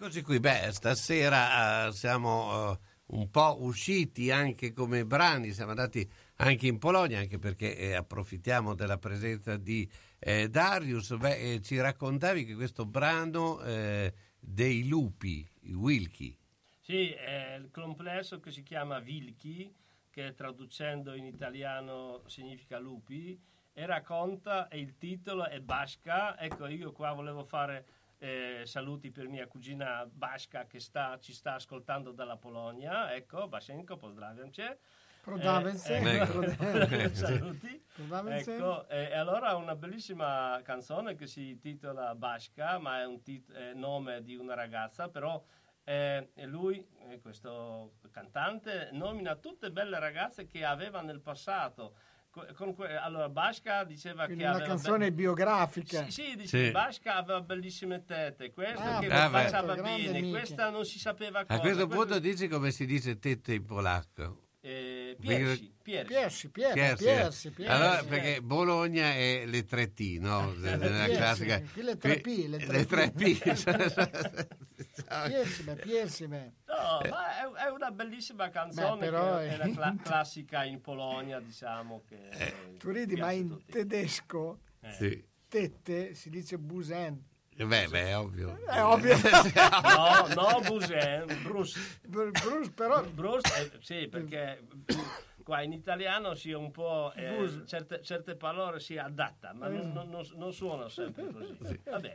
C: Eccoci qui, stasera siamo un po' usciti anche come brani, siamo andati anche in Polonia, anche perché approfittiamo della presenza di Darius. Ci raccontavi che questo brano dei lupi, i Wilki.
E: Sì, è il complesso che si chiama Wilki, che traducendo in italiano significa lupi, e racconta, e il titolo è Baška. Ecco, io qua volevo fare saluti per mia cugina Baška che ci sta ascoltando dalla Polonia. Ecco, Bašenko, pozdrawiam cię. Saluti. Ecco, e allora una bellissima canzone che si intitola Baška, ma è un nome di una ragazza, però lui, questo cantante, nomina tutte belle ragazze che aveva nel passato. Allora Baška diceva
D: quindi
E: che
D: una
E: aveva
D: canzone biografica.
E: Sì, Baška aveva bellissime tette, questa che faceva bene, questa non si sapeva cosa.
C: A questo punto dici come si dice tette in polacco?
E: Piersi.
C: Allora, perché Bologna è le 3T, no? Nella classica.
D: Qui le 3P.
C: Le 3P.
E: Piersime. No, ma è una bellissima canzone, però che è la classica in Polonia, diciamo che
D: tu ridi, ma in tedesco tette si dice Busen.
C: È ovvio.
D: È ovvio.
E: No, Busen, Brust,
D: però
E: sì, perché qua in italiano si è un po' certe parole si adatta, ma non suona sempre così. Vabbè.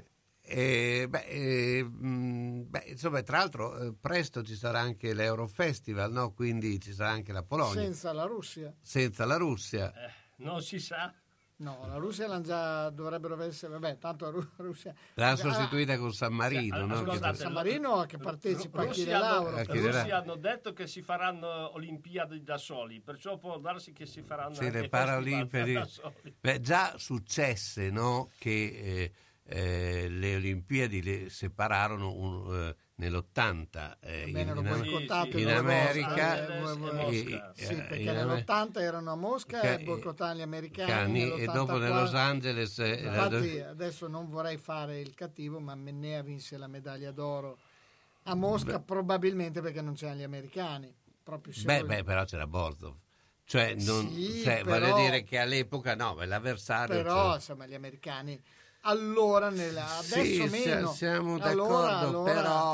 C: Insomma, tra l'altro presto ci sarà anche l'Eurofestival, no? Quindi ci sarà anche la Polonia.
D: Senza la Russia.
E: Non si sa.
D: No, la Russia dovrebbero essere, tanto la Russia
C: l'ha sostituita con San Marino, no?
D: Scusate, San Marino che partecipa a Chile Lauro.
E: I russi hanno detto che si faranno Olimpiadi da soli, perciò può darsi che si faranno anche
C: le Paralimpiadi
E: da soli.
C: Già successe, no? Che le Olimpiadi le separarono nell'80 in America,
D: perché nell'80 erano a Mosca e boicottavano gli americani
C: e dopo nello Los Angeles.
D: Infatti adesso non vorrei fare il cattivo, ma Mennea vinse la medaglia d'oro a Mosca probabilmente perché non c'erano gli americani.
C: Però c'era Borzov. Voglio dire che all'epoca l'avversario.
D: Però insomma gli americani. Allora, adesso meno.
C: Siamo d'accordo,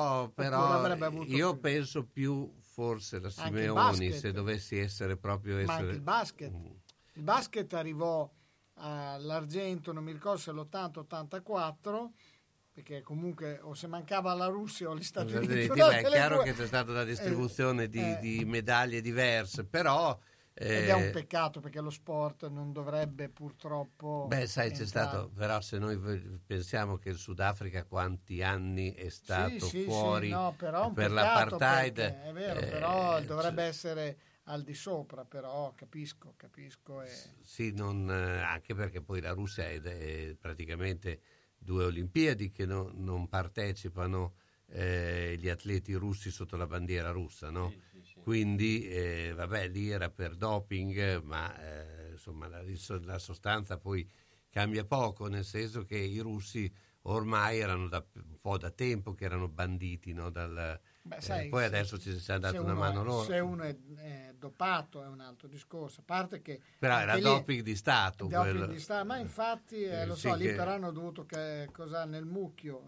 C: però io penso più forse la Simeoni, se dovessi essere proprio.
D: Ma anche il basket. Il basket arrivò all'argento, non mi ricordo se l'80-84, perché comunque o se mancava la Russia o gli Stati Uniti.
C: È chiaro che c'è stata una distribuzione di medaglie diverse, però.
D: Ed è un peccato perché lo sport non dovrebbe purtroppo
C: c'è stato, però se noi pensiamo che il Sudafrica quanti anni è stato fuori
D: però
C: per l'apartheid,
D: è vero, però dovrebbe essere al di sopra, però capisco
C: sì, anche perché poi la Russia è praticamente 2 Olimpiadi che non partecipano gli atleti russi sotto la bandiera russa, no? Sì. Quindi lì era per doping, ma insomma la sostanza poi cambia poco, nel senso che i russi ormai erano un po' da tempo che erano banditi, no? Poi adesso ci si è dato una mano loro.
D: Se uno è dopato è un altro discorso, a parte che
C: però era doping di Stato,
D: ma infatti lì però hanno dovuto cosa nel mucchio,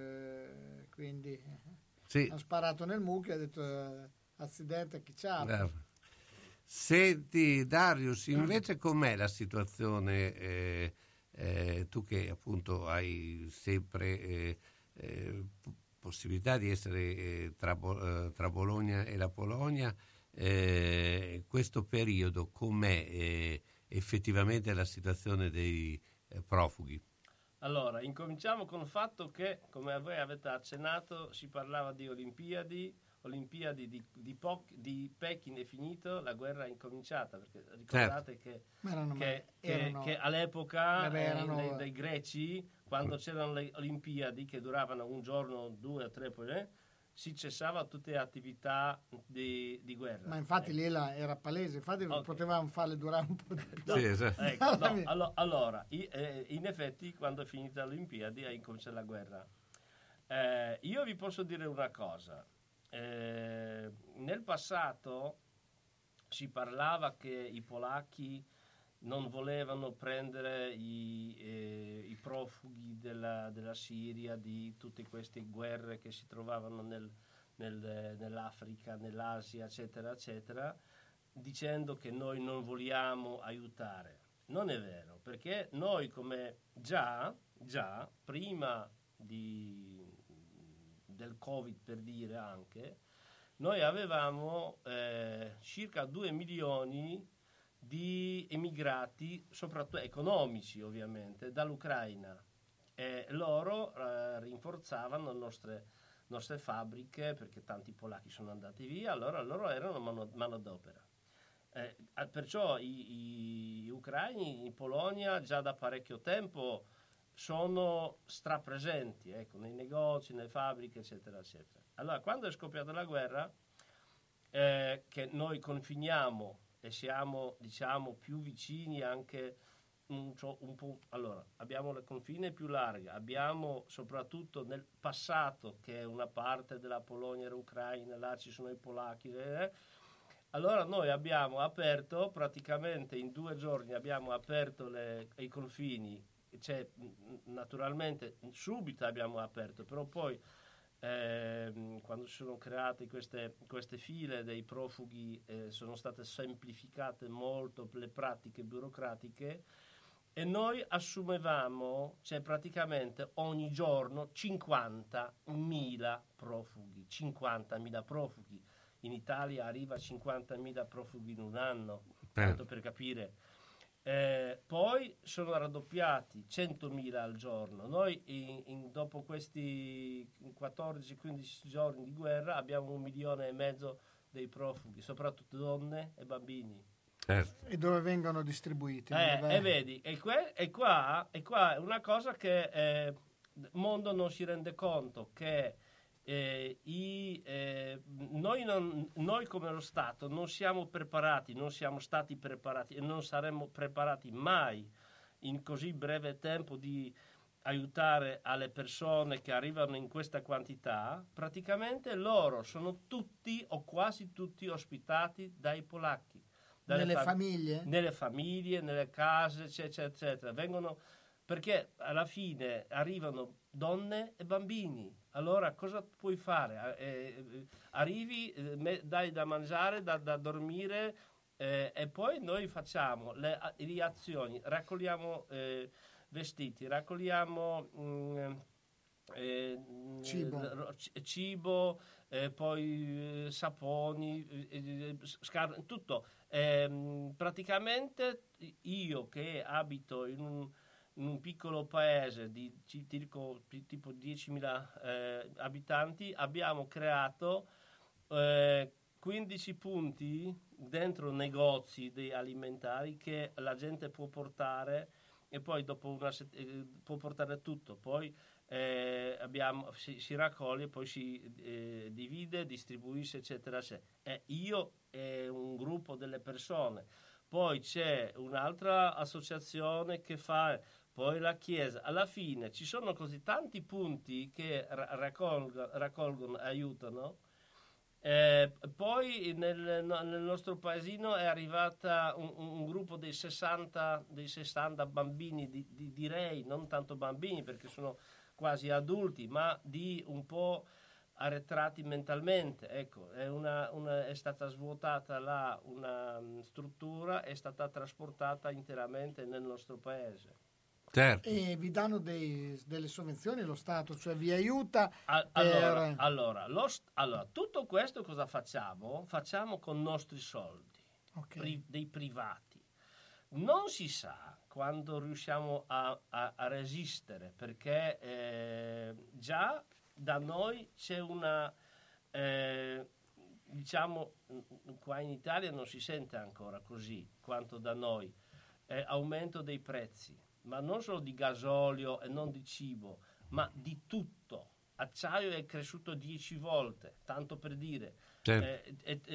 D: quindi hanno sparato nel mucchio e ha detto accidente chi c'ha.
C: Senti Darius, invece com'è la situazione, tu che appunto hai sempre possibilità di essere tra Bologna e la Polonia, questo periodo com'è effettivamente la situazione dei profughi?
E: Allora, incominciamo con il fatto che, come voi avete accennato, si parlava di Olimpiadi di Pechino è finito, la guerra è incominciata, perché ricordate che all'epoca dei greci, quando c'erano le Olimpiadi che duravano un giorno, 2 o 3, poi si cessava tutte le attività di guerra.
D: Ma infatti lì era palese, infatti potevamo farle durare un po' di più.
E: Allora, in effetti quando è finita le Olimpiadi è incominciata la guerra. Io vi posso dire una cosa. Nel passato si parlava che i polacchi non volevano prendere i profughi della Siria, di tutte queste guerre che si trovavano nell'Africa, nell'Asia, eccetera, eccetera, dicendo che noi non vogliamo aiutare. Non è vero, perché noi, come già prima del Covid, per dire, anche noi avevamo circa 2 milioni di emigrati, soprattutto economici ovviamente, dall'Ucraina, e loro rinforzavano nostre fabbriche, perché tanti polacchi sono andati via, allora loro erano manodopera. Perciò gli ucraini in Polonia già da parecchio tempo sono strapresenti, ecco, nei negozi, nelle fabbriche, eccetera, eccetera. Allora, quando è scoppiata la guerra, che noi confiniamo e siamo, diciamo, più vicini anche un po'. Allora, abbiamo le confine più larghe, abbiamo soprattutto nel passato, che una parte della Polonia era ucraina, là ci sono i polacchi. Allora noi abbiamo aperto, praticamente in 2 giorni abbiamo aperto i confini, cioè, naturalmente subito abbiamo aperto, però poi quando si sono create queste file dei profughi, sono state semplificate molto le pratiche burocratiche, e noi assumevamo, cioè praticamente ogni giorno 50.000 profughi. 50.000 profughi. In Italia arriva a 50.000 profughi in un anno, tanto per capire. Poi sono raddoppiati 100.000 al giorno. Noi dopo questi 14-15 giorni di guerra abbiamo 1,5 milioni dei profughi, soprattutto donne e bambini.
D: E dove vengono distribuiti?
E: E vedi, e qua è una cosa che il mondo non si rende conto, che noi come lo Stato non siamo preparati, non siamo stati preparati e non saremo preparati mai in così breve tempo di aiutare alle persone che arrivano in questa quantità. Praticamente loro sono tutti o quasi tutti ospitati dai polacchi.
D: Nelle famiglie?
E: Nelle famiglie, nelle case, eccetera, eccetera. Vengono, perché alla fine arrivano donne e bambini. Allora cosa puoi fare? Arrivi, dai da mangiare, da dormire, e poi noi facciamo le azioni, raccogliamo vestiti, raccogliamo cibo, poi saponi, tutto. Praticamente io, che abito in un piccolo paese di tipo 10.000 abitanti, abbiamo creato 15 punti dentro negozi dei alimentari che la gente può portare, e poi dopo può portare tutto. Poi si raccoglie, poi si divide, distribuisce, eccetera, eccetera. Io e un gruppo delle persone. Poi c'è un'altra associazione che fa, poi la Chiesa. Alla fine ci sono così tanti punti che raccolgono, aiutano. Poi nel nostro paesino è arrivata un gruppo dei 60 bambini, direi, non tanto bambini perché sono quasi adulti, ma di un po' arretrati mentalmente. Ecco, è stata svuotata là una struttura, è stata trasportata interamente nel nostro paese.
C: Certo.
D: E vi danno delle sovvenzioni lo Stato, cioè vi aiuta?
E: Allora, tutto questo cosa facciamo? Facciamo con nostri soldi, dei privati. Non si sa quando riusciamo a resistere, perché già da noi c'è una, diciamo, qua in Italia non si sente ancora così quanto da noi, aumento dei prezzi, ma non solo di gasolio e non di cibo, ma di tutto. Acciaio è cresciuto 10 volte, tanto per dire. Certo.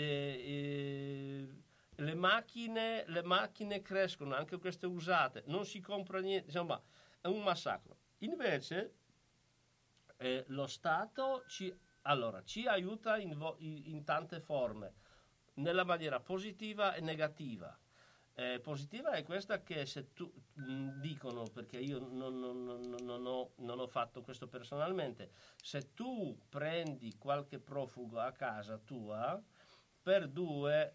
E: Le macchine crescono, anche queste usate, non si compra niente, insomma è un massacro. Invece lo Stato ci aiuta in tante forme, nella maniera positiva e negativa. Positiva è questa che se tu dicono, perché io non ho fatto questo personalmente, se tu prendi qualche profugo a casa tua per 2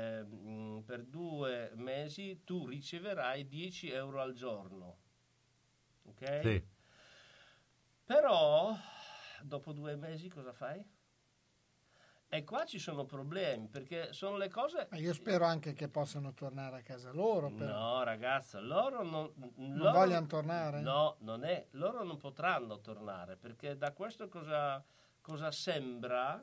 E: mesi tu riceverai 10 euro al giorno, ok?
C: Sì.
E: Però dopo 2 mesi cosa fai? E qua ci sono problemi, perché sono le cose...
D: Ma io spero anche che possano tornare a casa loro.
E: No, ragazza, loro non
D: vogliono tornare?
E: No, loro non potranno tornare, perché da questo cosa sembra,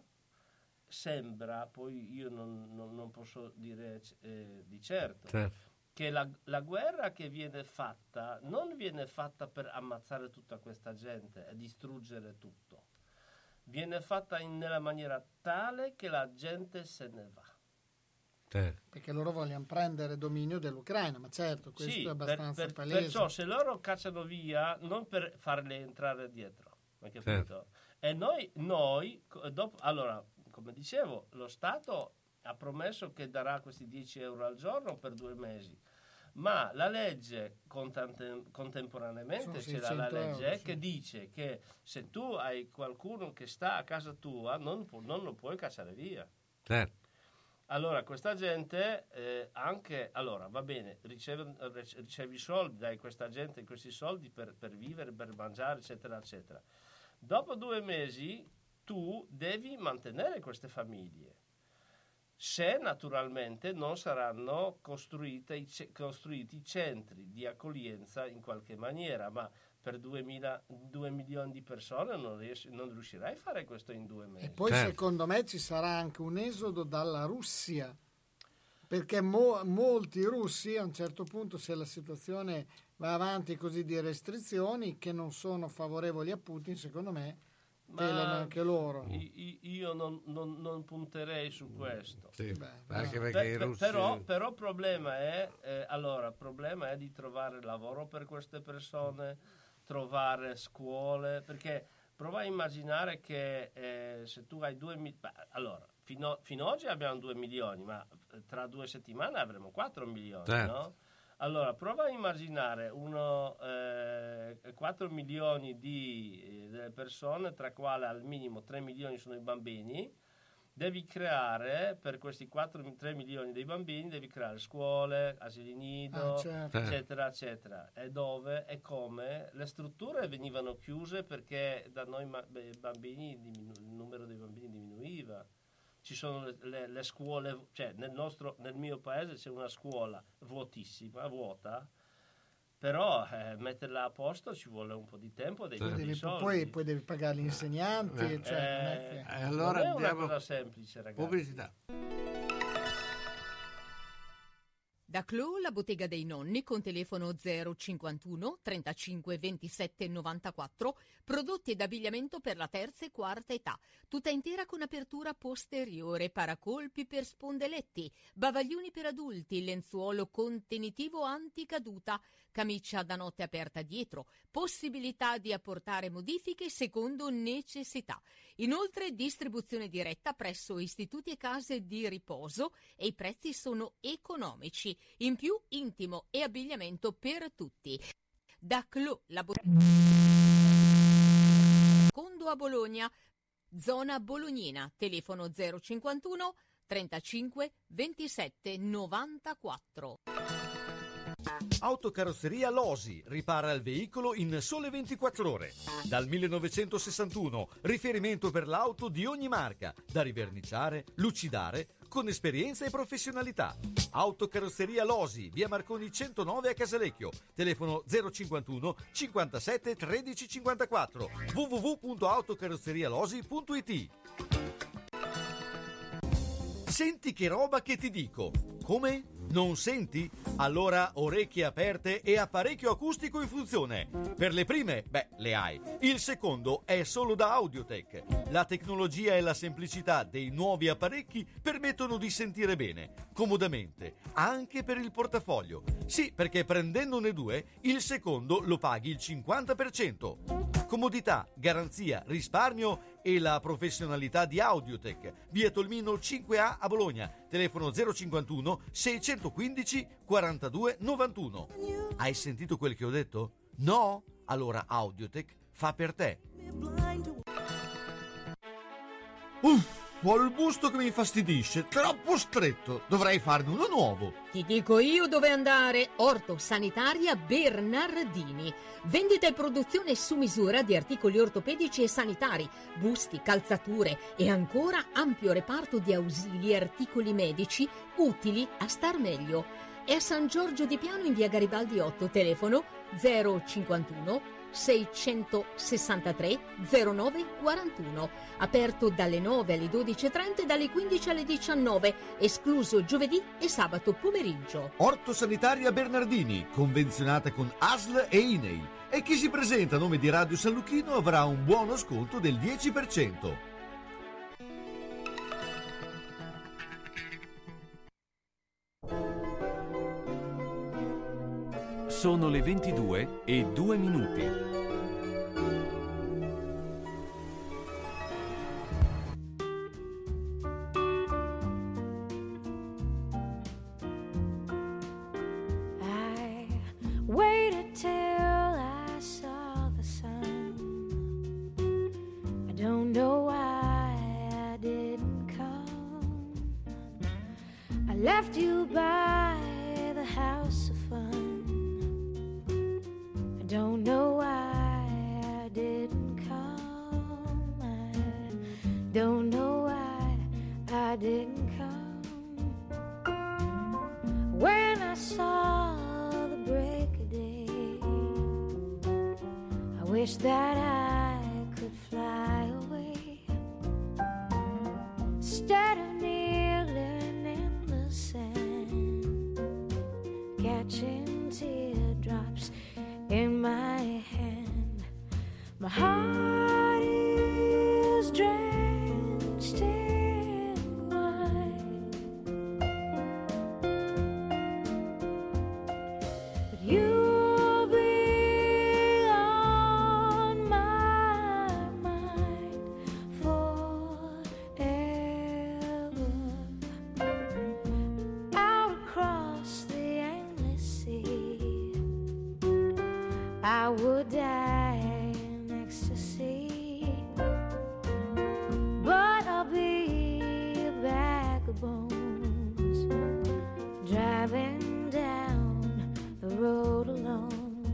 E: poi io non posso dire di certo, che la guerra che viene fatta non viene fatta per ammazzare tutta questa gente e distruggere tutto. Viene fatta nella maniera tale che la gente se ne va.
D: Perché loro vogliono prendere dominio dell'Ucraina, ma certo, questo è abbastanza palese.
E: Perciò se loro cacciano via, non per farle entrare dietro, hai capito? E noi dopo, allora, come dicevo, lo Stato ha promesso che darà questi 10 euro al giorno per 2 mesi. Ma la legge contemporaneamente c'era la legge
D: euro,
E: che dice che se tu hai qualcuno che sta a casa tua non lo puoi cacciare via. Allora questa gente va bene, ricevi soldi, dai questa gente questi soldi per vivere, per mangiare, eccetera eccetera. Dopo 2 mesi tu devi mantenere queste famiglie, se naturalmente non saranno costruiti i centri di accoglienza in qualche maniera, ma per 2 milioni di persone non riuscirai a fare questo in 2 mesi.
D: E poi secondo me ci sarà anche un esodo dalla Russia, perché molti russi a un certo punto, se la situazione va avanti così di restrizioni che non sono favorevoli a Putin, secondo me telano anche loro.
E: Io non punterei su questo.
C: Anche perché i russi...
E: però il problema è di trovare lavoro per queste persone, trovare scuole, perché prova a immaginare che se tu hai 2 milioni, allora fino ad oggi abbiamo 2 milioni, ma tra 2 settimane avremo 4 milioni, no? Allora, prova a immaginare 4 milioni di persone, tra quali al minimo 3 milioni sono i bambini. Devi creare, per questi 3 milioni dei bambini, devi creare scuole, asili nido, eccetera, eccetera. E dove e come? Le strutture venivano chiuse perché da noi il numero dei bambini diminuiva. Ci sono le scuole, cioè nel mio paese c'è una scuola vuota, però metterla a posto ci vuole un po' di tempo, soldi.
D: Poi devi pagare gli insegnanti,
C: allora
E: non è una cosa semplice, ragazzi.
C: Pubblicità.
G: Da Clou, la bottega dei nonni, con telefono 051 35 27 94, prodotti ed abbigliamento per la terza e quarta età, tutta intera con apertura posteriore, paracolpi per spondeletti, bavaglioni per adulti, lenzuolo contenitivo anticaduta, camicia da notte aperta dietro, possibilità di apportare modifiche secondo necessità. Inoltre distribuzione diretta presso istituti e case di riposo e i prezzi sono economici. In più intimo e abbigliamento per tutti. Da Clou, la bottega secondo a Bologna, zona bolognina, telefono 051 35 27 94.
B: Autocarrozzeria Losi ripara il veicolo in sole 24 ore. Dal 1961, riferimento per l'auto di ogni marca, da riverniciare, lucidare, con esperienza e professionalità. Autocarrozzeria Losi, via Marconi 109 a Casalecchio, telefono 051 57 13 54, www.autocarrozzerialosi.it. Senti che roba che ti dico. Come? Non senti? Allora orecchie aperte e apparecchio acustico in funzione. Per le prime, le hai. Il secondo è solo da Audiotech. La tecnologia e la semplicità dei nuovi apparecchi permettono di sentire bene, comodamente, anche per il portafoglio. Sì, perché prendendone 2, il secondo lo paghi il 50%. Comodità, garanzia, risparmio e la professionalità di Audiotech. Via Tolmino 5A a Bologna. Telefono 051 615 42 91. Hai sentito quel che ho detto? No? Allora Audiotech fa per te. Ho il busto che mi infastidisce, troppo stretto, dovrei farne uno nuovo.
G: Ti dico io dove andare. Orto Sanitaria Bernardini. Vendita e produzione su misura di articoli ortopedici e sanitari, busti, calzature e ancora ampio reparto di ausili e articoli medici utili a star meglio. È a San Giorgio di Piano in via Garibaldi 8, telefono 051 663 09 41, aperto dalle 9 alle 12.30 e dalle 15 alle 19, escluso giovedì e sabato pomeriggio.
B: Orto Sanitaria Bernardini, convenzionata con ASL e INEIL, e chi si presenta a nome di Radio San Luchino avrà un buono sconto del 10%.
A: Sono le 22:02.
N: I waited till I saw the sun. I don't know why I didn't come. I left you by the house of fun. I don't know why I didn't come. I don't know why I didn't come. When I saw the break of day, I wish that I could fly away instead of kneeling in the sand, catching teardrops in my hand. My heart is drenched in wine, but you'll be on my mind forever. Out across the endless sea, I would die in ecstasy, but I'll be a bag of bones, driving down the road alone.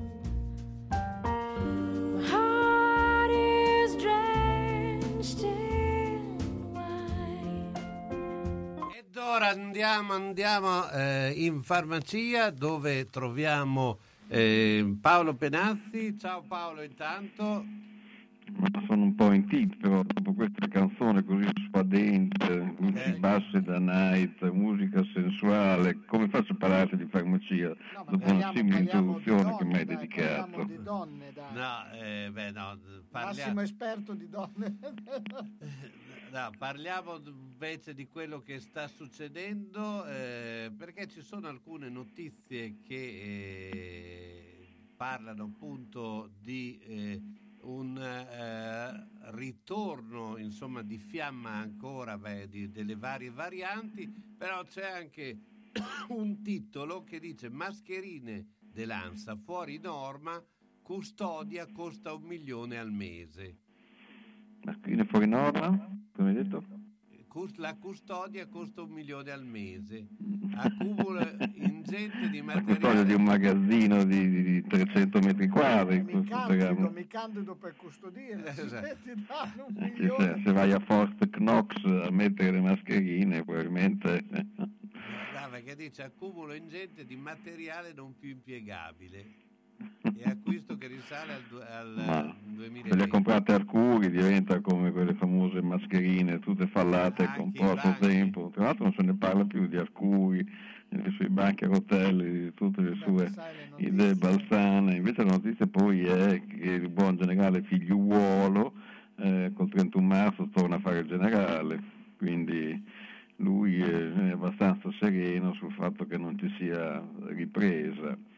N: My heart is drenched in wine.
C: Ed ora andiamo in farmacia, dove troviamo Paolo Penazzi. Ciao Paolo, intanto.
O: Ma sono un po' in tilt, però dopo questa canzone così sfadente, basse da night, musica sensuale, come faccio a parlarti di farmacia dopo una simile introduzione che mi hai dedicato?
D: Parliamo di donne, dai. Massimo esperto di donne.
C: No, parliamo invece di quello che sta succedendo, perché ci sono alcune notizie che parlano appunto di un ritorno, insomma, di fiamma ancora delle varie varianti, però c'è anche un titolo che dice: mascherine dell'ANSA fuori norma, custodia costa 1 milione al mese.
O: Mascherine fuori norma? Come hai detto?
C: La custodia costa 1 milione al mese, accumulo ingente di materiale.
O: La custodia di un magazzino di 300 metri quadri.
D: Mi candido per custodire.
C: Esatto.
D: Ti danno 1 milione.
O: Se vai a Fort Knox a mettere le mascherine, probabilmente.
C: Perché dice accumulo ingente di materiale non più impiegabile. E acquisto che risale al 2020.
O: Se le comprate Arcuri diventa come quelle famose mascherine tutte fallate con poco tempo. Tra l'altro non se ne parla più di Arcuri, dei suoi banchi a rotelle, di tutte le sue idee balsane. Invece la notizia poi è che il buon generale Figliuolo col 31 marzo torna a fare il generale, quindi lui è abbastanza sereno sul fatto che non ci sia ripresa.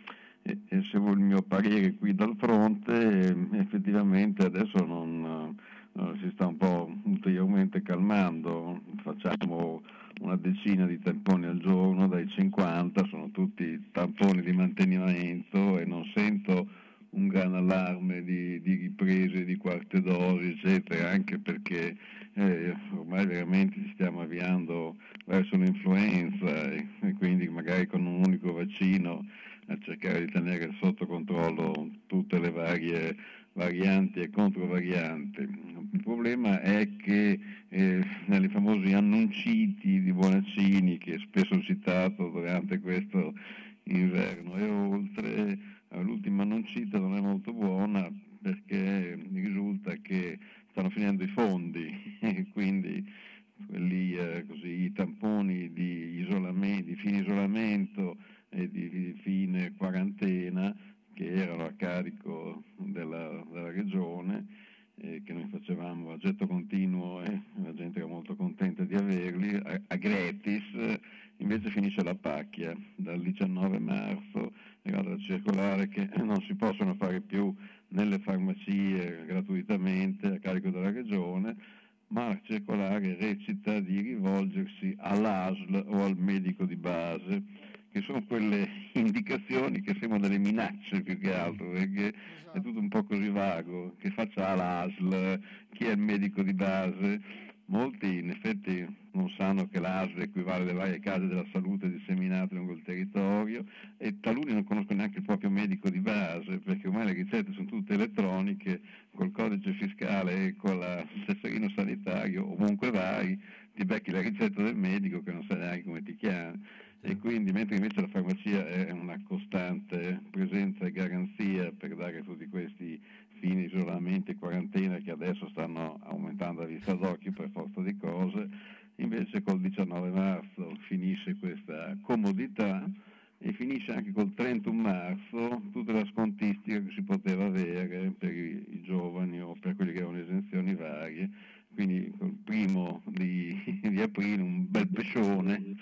O: E se vuoi il mio parere qui dal fronte, effettivamente adesso non si sta un po' ulteriormente calmando, facciamo una decina di tamponi al giorno, dai 50, sono tutti tamponi di mantenimento e non sento un gran allarme di riprese, di quarte dosi, eccetera, anche perché ormai veramente ci stiamo avviando verso un'influenza e quindi magari con un unico vaccino a cercare di tenere sotto controllo tutte le varie varianti e controvarianti. Il problema è che nei famosi annunciti di Bonaccini, che spesso ho citato durante questo inverno e oltre, l'ultima annuncita non è molto buona perché risulta che stanno finendo i fondi e quindi quelli, così, i tamponi di fine isolamento e di fine quarantena che erano a carico della regione, che noi facevamo a getto continuo e la gente era molto contenta di averli a gratis, invece finisce la pacchia. Dal 19 marzo è arrivata la circolare che non si possono fare più nelle farmacie gratuitamente a carico della regione, ma la circolare recita di rivolgersi all'ASL o al medico di base, che sono quelle indicazioni che sembrano delle minacce più che altro, perché è tutto un po' così vago, che faccia l'ASL, chi è il medico di base. Molti in effetti non sanno che l'ASL equivale alle varie case della salute disseminate lungo il territorio e taluni non conoscono neanche il proprio medico di base, perché ormai le ricette sono tutte elettroniche, col codice fiscale e con il tesserino sanitario, ovunque vai ti becchi la ricetta del medico che non sai neanche come ti chiami. E quindi, mentre invece la farmacia è una costante presenza e garanzia per dare tutti questi fini isolamenti e quarantena che adesso stanno aumentando a vista d'occhio per forza di cose, invece col 19 marzo finisce questa comodità e finisce anche col 31 marzo tutta la scontistica che si poteva avere per i giovani o per quelli che avevano esenzioni varie. Quindi col 1 di aprile un bel pescione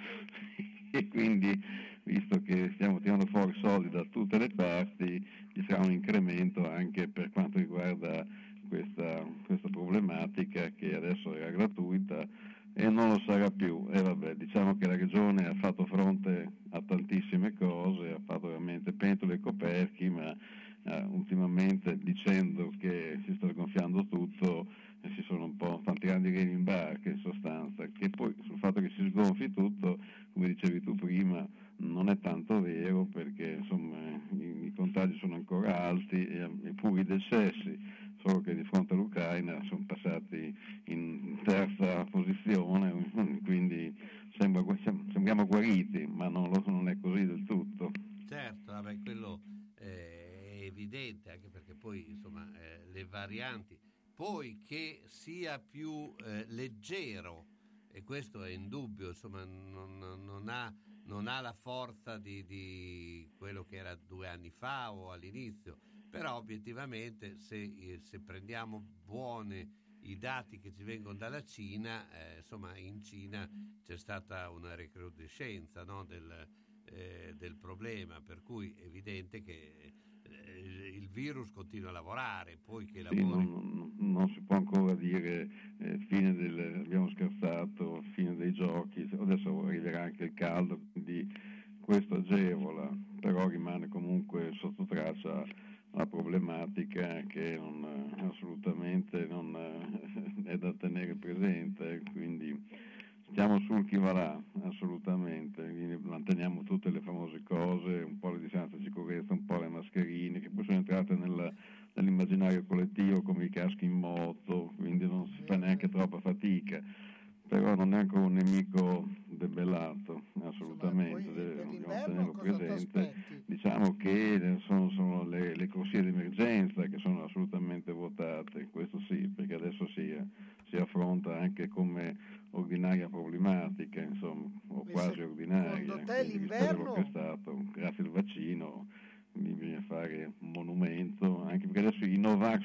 O: e quindi, visto che stiamo tirando fuori soldi da tutte le parti, ci sarà un incremento anche per quanto riguarda questa problematica che adesso era gratuita e non lo sarà più. E vabbè, diciamo che la Regione ha fatto fronte a tantissime cose, ha fatto veramente pentole e coperchi, ma ultimamente, dicendo che si sta sgonfiando tutto, si sono un po' stanno tirando i remi in barca in sostanza, che poi sul fatto che si sgonfi tutto, come dicevi tu prima, non è tanto vero, perché insomma i contagi sono ancora alti e pure i decessi, solo che di fronte all'Ucraina sono passati in terza posizione, quindi sembriamo guariti, ma non è così del tutto.
C: Certo, vabbè, quello è evidente, anche perché poi insomma le varianti, poi che sia più leggero, e questo è indubbio, insomma non ha la forza di quello che era 2 anni fa o all'inizio, però obiettivamente se prendiamo buone i dati che ci vengono dalla Cina, insomma in Cina c'è stata una recrudescenza, no, del problema, per cui è evidente che il virus continua a lavorare, poi che lavori.
O: Non si può ancora dire abbiamo scherzato, fine dei giochi, adesso arriverà anche il caldo, quindi questo agevola, però rimane comunque sotto traccia la problematica che assolutamente non è da tenere presente, quindi stiamo sul chi va là, assolutamente, quindi manteniamo tutte le famose cose, un po' le distanze di sicurezza, un po' le mascherine, che poi sono entrate nell'immaginario collettivo come i caschi in moto, quindi non si fa neanche troppa fatica, però non è ancora un nemico debellato, assolutamente, dobbiamo tenerlo presente. Diciamo che sono le corsie d'emergenza che sono assolutamente votate, questo sì, perché adesso si affronta anche come ordinaria problematica, insomma, o quasi ordinaria.
D: Secondo te l'inverno?
O: Che è stato, grazie al vaccino, bisogna fare un monumento, anche perché adesso i Novax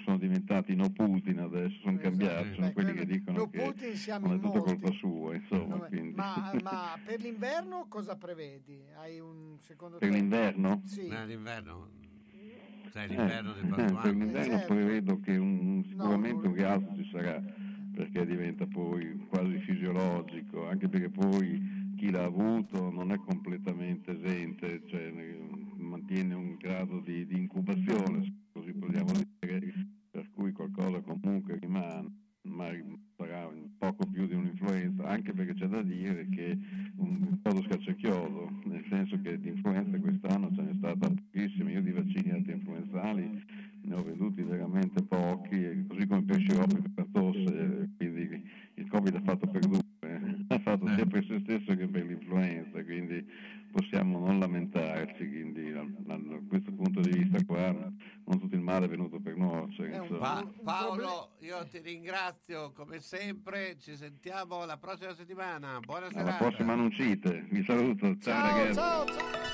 O: sono diventati no Putin adesso, sono cambiati, sono quelli che dicono che non è tutta colpa sua, insomma. Quindi.
D: Ma per l'inverno cosa prevedi? Hai un secondo
O: per l'inverno?
D: Sì.
C: L'inverno? Sai, l'inverno del prossimo
O: per
C: anno.
O: l'inverno prevedo che sicuramente un rialzo ci sarà, perché diventa poi quasi fisiologico, anche perché poi chi l'ha avuto non è completamente esente, cioè mantiene un grado di incubazione, così possiamo dire, per cui qualcosa comunque rimane, ma sarà poco più di un'influenza, anche perché c'è da dire che un po' scacciachioso, nel senso che di influenza quest'anno ce n'è stata pochissima. Io di vaccini antinfluenzali ne ho venduti veramente pochi, così come per sciroppi per la tosse, quindi il Covid ha fatto per due, ha fatto sia per se stesso che per l'influenza, quindi possiamo non lamentarci, quindi da questo punto di vista qua non tutto il male è venuto per nuocere.
C: Paolo, io ti ringrazio come sempre, ci sentiamo la prossima settimana, buona serata.
O: Alla prossima Annuncite, vi saluto, ciao ragazzi.
D: Ciao.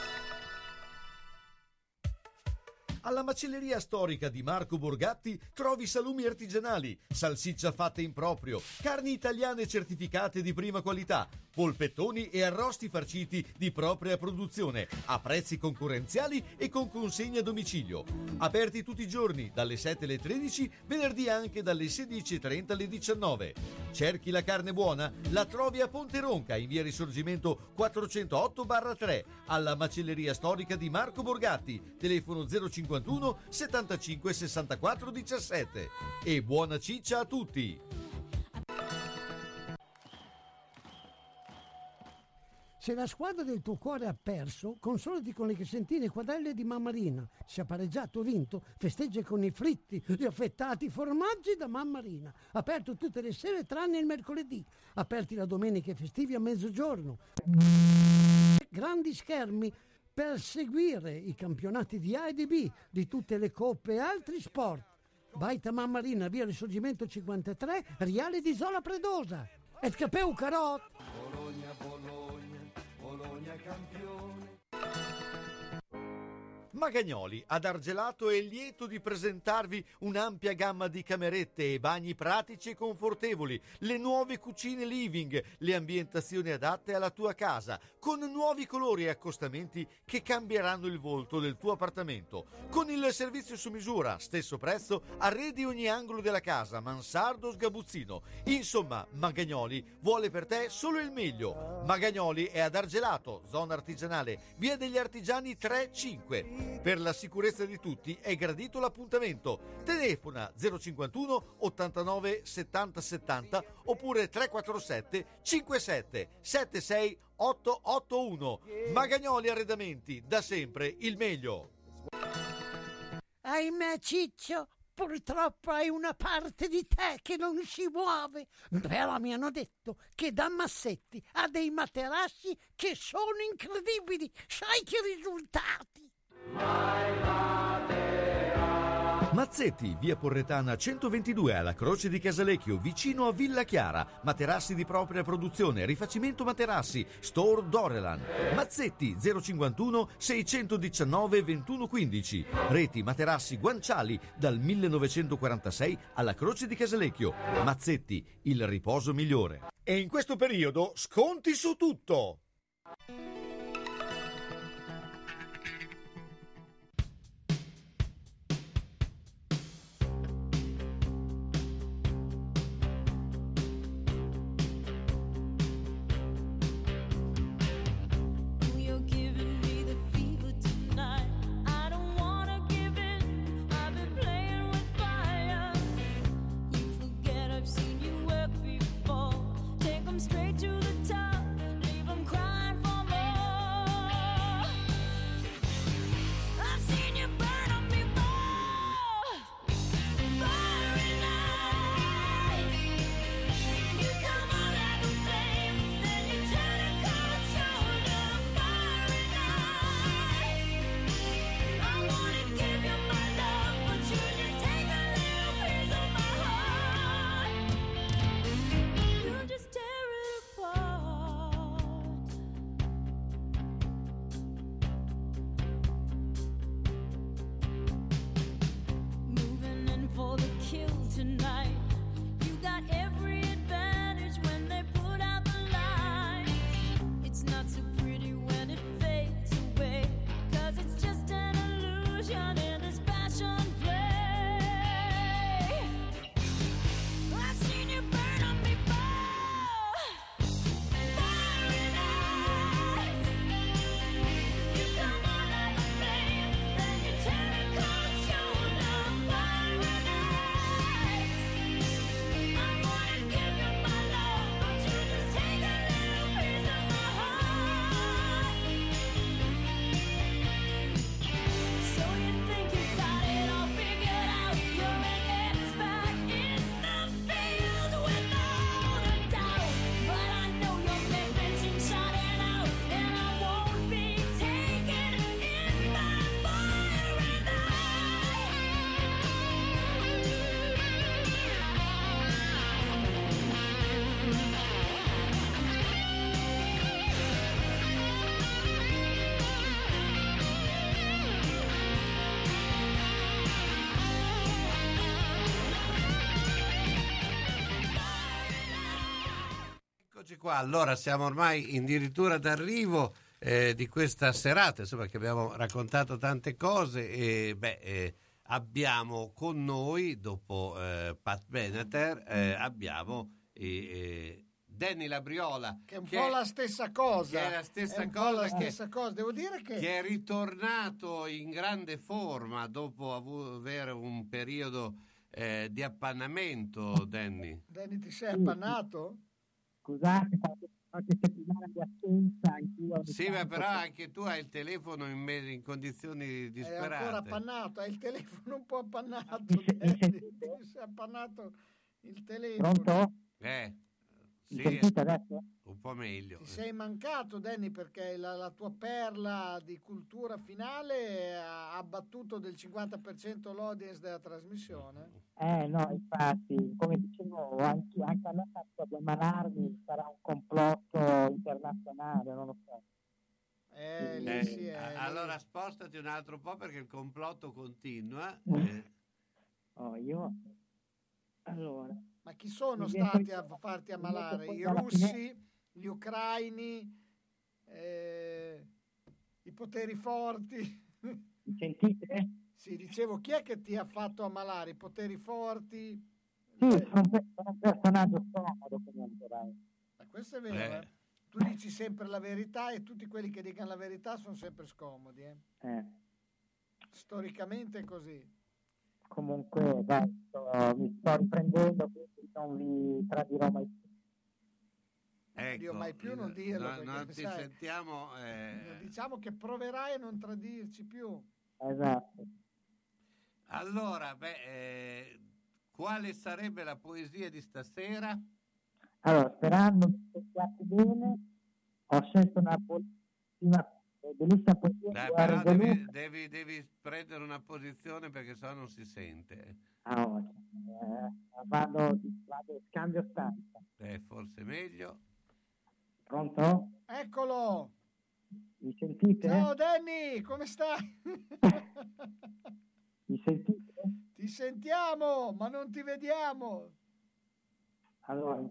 B: Alla macelleria storica di Marco Borgatti trovi salumi artigianali, salsiccia fatta in proprio, carni italiane certificate di prima qualità, polpettoni e arrosti farciti di propria produzione, a prezzi concorrenziali e con consegna a domicilio. Aperti tutti i giorni, dalle 7 alle 13, venerdì anche dalle 16:30 alle 19. Cerchi la carne buona? La trovi a Ponte Ronca, in via Risorgimento 408/3, alla macelleria storica di Marco Borgatti, telefono 051 75 64 17. E buona ciccia a tutti!
M: Se la squadra del tuo cuore ha perso, consolati con le crescentine quadrelle di Mammarina. Se ha pareggiato o vinto, festeggia con i fritti, gli affettati formaggi da Mammarina. Aperto tutte le sere tranne il mercoledì. Aperti la domenica e festivi a mezzogiorno. Grandi schermi per seguire i campionati di A e di B, di tutte le coppe e altri sport. Baita Mammarina, via Risorgimento 53, Riale di Zola Predosa. Et capeu carot!
K: Bologna campione.
B: Magagnoli ad Argelato è lieto di presentarvi un'ampia gamma di camerette e bagni pratici e confortevoli, le nuove cucine living, le ambientazioni adatte alla tua casa, con nuovi colori e accostamenti che cambieranno il volto del tuo appartamento. Con il servizio su misura, stesso prezzo, arredi ogni angolo della casa, mansardo, sgabuzzino. Insomma, Magagnoli vuole per te solo il meglio. Magagnoli è ad Argelato, zona artigianale, via degli Artigiani 3-5. Per la sicurezza di tutti è gradito l'appuntamento. Telefona 051 89 70 70 oppure 347 57 76 881. Magagnoli Arredamenti, da sempre il meglio.
M: Ahimè Ciccio, purtroppo hai una parte di te che non si muove, però mi hanno detto che da Massetti ha dei materassi che sono incredibili. Sai che risultati?
B: Mazzetti, via Porretana 122 alla Croce di Casalecchio, vicino a Villa Chiara. Materassi di propria produzione, rifacimento materassi, Store Dorelan. Mazzetti 051 619 2115. Reti materassi guanciali dal 1946 alla Croce di Casalecchio. Mazzetti, il riposo migliore. E in questo periodo sconti su tutto.
P: Straight to the top, leave them crying for more.
C: qua. Allora siamo ormai addirittura d'arrivo di questa serata, insomma, che abbiamo raccontato tante cose e abbiamo con noi, dopo Pat Benatar, abbiamo Danny Labriola,
D: che è un po' la stessa cosa.
C: Che è la stessa
D: cosa. Devo dire che
C: è ritornato in grande forma dopo avere un periodo di appannamento. Danny,
D: ti sei appannato?
P: Scusate, qualche settimana di assenza.
C: Sì, ma però anche tu hai il telefono in condizioni disperate.
D: È ancora appannato, hai il telefono un po' appannato.
P: Mi
D: ti sei appannato il telefono.
P: Pronto?
C: Sì,
P: sentite adesso?
C: Un po' meglio.
D: Ti sei mancato, Danny, perché la tua perla di cultura finale ha battuto del 50% l'audience della trasmissione.
P: No, infatti, come dicevo, anche a me fatto di ammalarmi sarà un complotto internazionale, non lo so.
C: Allora spostati un altro po' perché il complotto continua.
P: Allora.
D: Ma chi sono stati a farti ammalare? I russi, gli ucraini, i poteri forti?
P: Mi sentite?
D: Sì, dicevo, chi è che ti ha fatto ammalare? I poteri forti?
P: Sì, sono un personaggio scomodo comunque, dai.
D: Ma questo è vero, Tu dici sempre la verità e tutti quelli che dicono la verità sono sempre scomodi, Storicamente è così.
P: Comunque, dai, mi sto riprendendo, quindi non vi tradirò mai più.
C: Ecco,
D: mai più non dirlo.
C: Non ti sentiamo.
D: Diciamo che proverai a non tradirci più.
P: Esatto.
C: Allora, quale sarebbe la poesia di stasera?
P: Allora, sperando che sentiate bene, ho scelto una bellissima poesia.
C: Dai, però devi prendere una posizione perché sennò non si sente.
P: Vado scambio stanza.
C: Forse meglio.
P: Pronto?
D: Eccolo!
P: Mi sentite?
D: Ciao Danny, come stai?
P: Mi sentite?
D: Ti sentiamo, ma non ti vediamo.
P: Allora,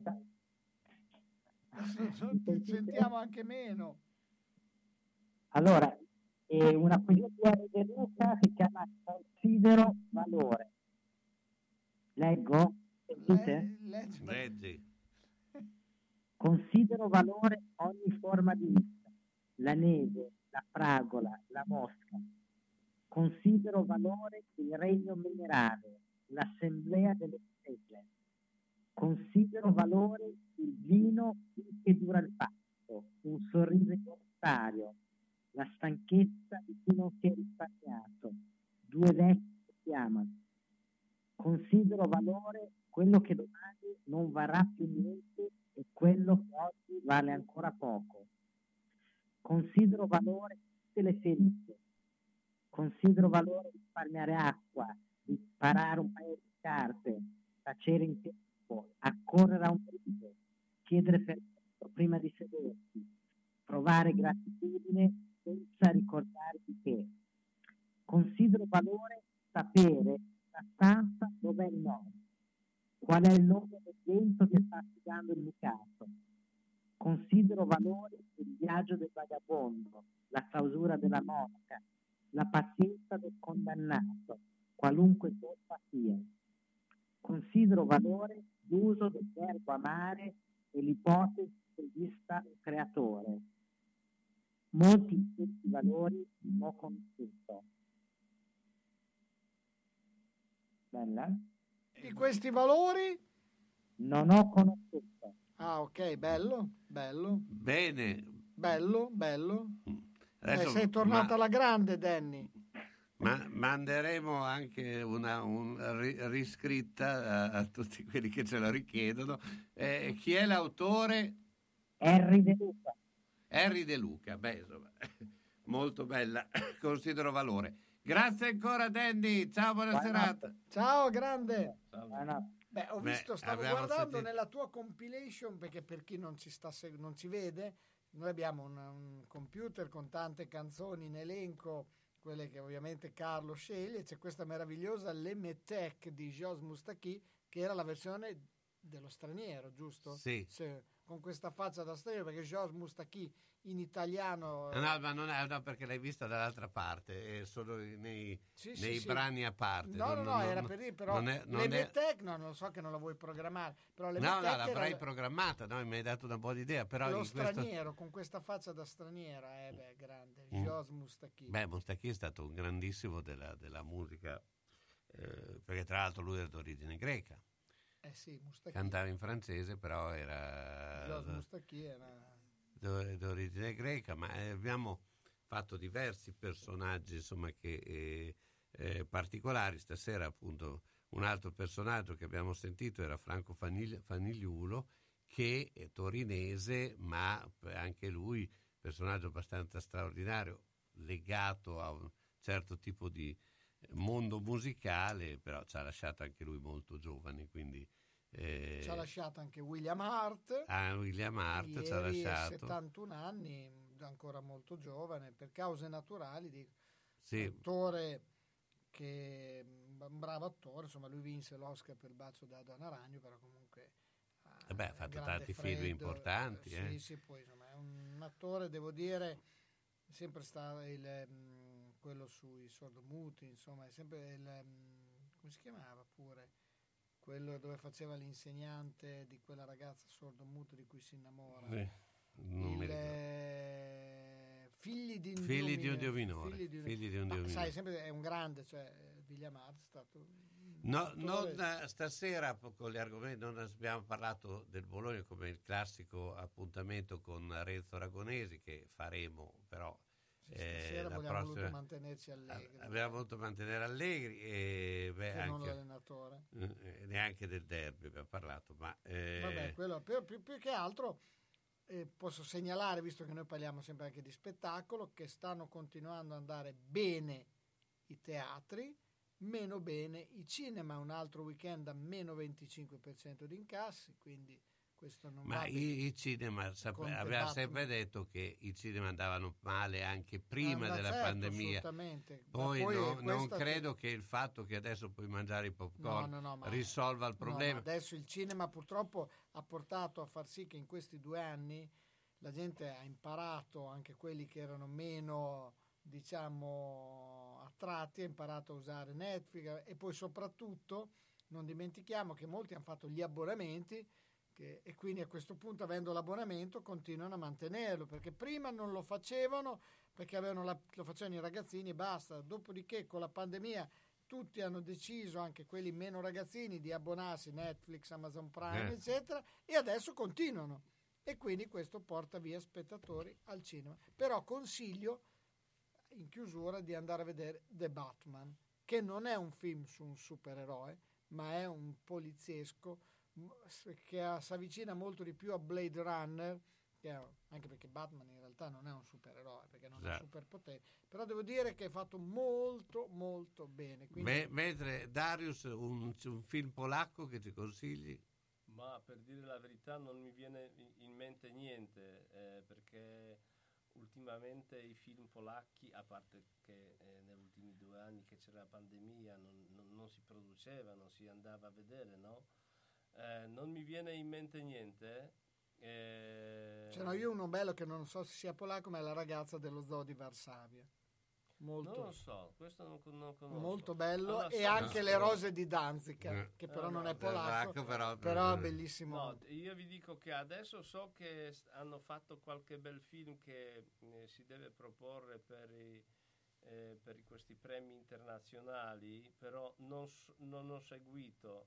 D: ti sentiamo anche meno.
P: Allora, è una poesia di R. De Luca, si chiama Considero valore. Leggo? Sentite?
C: Leggi.
P: Considero valore ogni forma di vita, la neve, la fragola, la mosca. Considero valore il regno minerale, l'assemblea delle stelle. Considero valore il vino che dura il pasto, un sorriso volontario, la stanchezza di chi non si è risparmiato, due vecchi che si amano. Considero valore quello che domani non varrà più niente e quello che oggi vale ancora poco. Considero valore tutte le ferite. Considero valore risparmiare acqua, disparare un paio di scarpe, tacere in tempo, accorrere a un grido, chiedere permesso prima di sedersi, provare gratitudine senza ricordare di che. Considero valore sapere la stanza dove è il nome, qual è il nome del vento che sta affidando il bucato. Considero valore il viaggio del vagabondo, la clausura della monaca, la pazienza del condannato, qualunque colpa sia. Considero valore l'uso del verbo amare e l'ipotesi che esista un creatore. Molti di questi valori non ho conosciuto. Bella?
D: Di questi valori?
P: Non ho conosciuto.
D: Ah, ok, bello.
C: Bene.
D: Bello.
C: Adesso,
D: sei tornata alla grande, Danny.
C: Ma manderemo anche una riscritta a tutti quelli che ce la richiedono. Chi è l'autore?
P: Henry De Luca.
C: Henry De Luca, insomma, molto bella, considero valore. Grazie ancora Danny, ciao, buona serata.
D: Ciao, grande.
P: Ciao.
D: Ho visto, stavo guardando nella tua compilation, perché per chi non ci vede, noi abbiamo un computer con tante canzoni in elenco, quelle che ovviamente Carlo sceglie. C'è questa meravigliosa Le Metec di Jos Moustaki, che era la versione dello straniero, giusto?
C: Sì.
D: con questa faccia da straniero, perché Georges Moustaki in italiano...
C: No, ma non è, no, perché l'hai vista dall'altra parte, solo nei brani a parte.
D: No, era per dire, però le Metec, non lo so che non la vuoi programmare, però le
C: No, l'avrei programmata, no, mi hai dato una buona idea, però...
D: Lo straniero, con questa faccia da straniera, grande, Georges Moustaki.
C: Beh, Moustaki è stato un grandissimo della musica, perché tra l'altro lui era d'origine greca.
D: Sì, Moustaki.
C: Cantava in francese, però era...
D: Georges Moustaki era...
C: d'origine greca, ma abbiamo fatto diversi personaggi, insomma, che particolari. Stasera, appunto, un altro personaggio che abbiamo sentito era Franco Fanigliulo, che è torinese, ma anche lui personaggio abbastanza straordinario, legato a un certo tipo di mondo musicale, però ci ha lasciato anche lui molto giovane, quindi
D: ci ha lasciato anche William Hart.
C: William Hart ci ha lasciato
D: 71 anni, ancora molto giovane, per cause naturali di
C: attore
D: che un bravo attore, insomma lui vinse l'Oscar per Il bacio da Donna Ragno, però comunque
C: ha fatto tanti film importanti.
D: Sì, poi insomma è un attore, devo dire, sempre stato quello sui sordomuti, insomma è sempre come si chiamava pure quello dove faceva l'insegnante di quella ragazza sordomuta di cui si innamora,
C: non mi
D: Figli di
C: un Dio minore.
D: Sai, sempre è un grande, cioè William Hart è stato
C: stasera con gli argomenti non abbiamo parlato del Bologna come il classico appuntamento con Renzo Aragonesi, che faremo, però
D: stasera abbiamo voluto mantenerci allegri.
C: Abbiamo voluto mantenere allegri e
D: anche, non l'allenatore.
C: Neanche del derby abbiamo parlato, ma
D: vabbè, quello più che altro posso segnalare, visto che noi parliamo sempre anche di spettacolo, che stanno continuando ad andare bene i teatri, meno bene i cinema. Un altro weekend a meno 25% di incassi, quindi questo non
C: ma i cinema aveva sempre detto che i cinema andavano male anche prima della pandemia.
D: Assolutamente.
C: Poi non credo che il fatto che adesso puoi mangiare i popcorn risolva il problema.
D: Adesso il cinema purtroppo ha portato a far sì che in questi 2 anni la gente ha imparato, anche quelli che erano meno, diciamo, attratti, ha imparato a usare Netflix, e poi soprattutto non dimentichiamo che molti hanno fatto gli abbonamenti e quindi a questo punto, avendo l'abbonamento, continuano a mantenerlo, perché prima non lo facevano perché lo facevano i ragazzini e basta. Dopodiché con la pandemia tutti hanno deciso, anche quelli meno ragazzini, di abbonarsi Netflix, Amazon Prime, eccetera, e adesso continuano, e quindi questo porta via spettatori al cinema. Però consiglio in chiusura di andare a vedere The Batman, che non è un film su un supereroe, ma è un poliziesco che si avvicina molto di più a Blade Runner, anche perché Batman in realtà non è un supereroe, perché non ha superpoteri, però devo dire che è fatto molto molto bene. Quindi...
C: Mentre Darius, un film polacco che ci consigli?
E: Ma per dire la verità non mi viene in mente niente, perché ultimamente i film polacchi, a parte che negli ultimi 2 anni che c'era la pandemia non si produceva, non si andava a vedere, no? Non mi viene in mente niente.
D: C'era io uno bello che non so se sia polacco, ma è La ragazza dello zoo di Varsavia. Molto,
E: non lo so, questo non conosco.
D: Molto bello, e anche Le rose di Danzica, che però non è polacco, però bellissimo.
E: No, io vi dico che adesso so che hanno fatto qualche bel film che si deve proporre per questi premi internazionali, però non ho seguito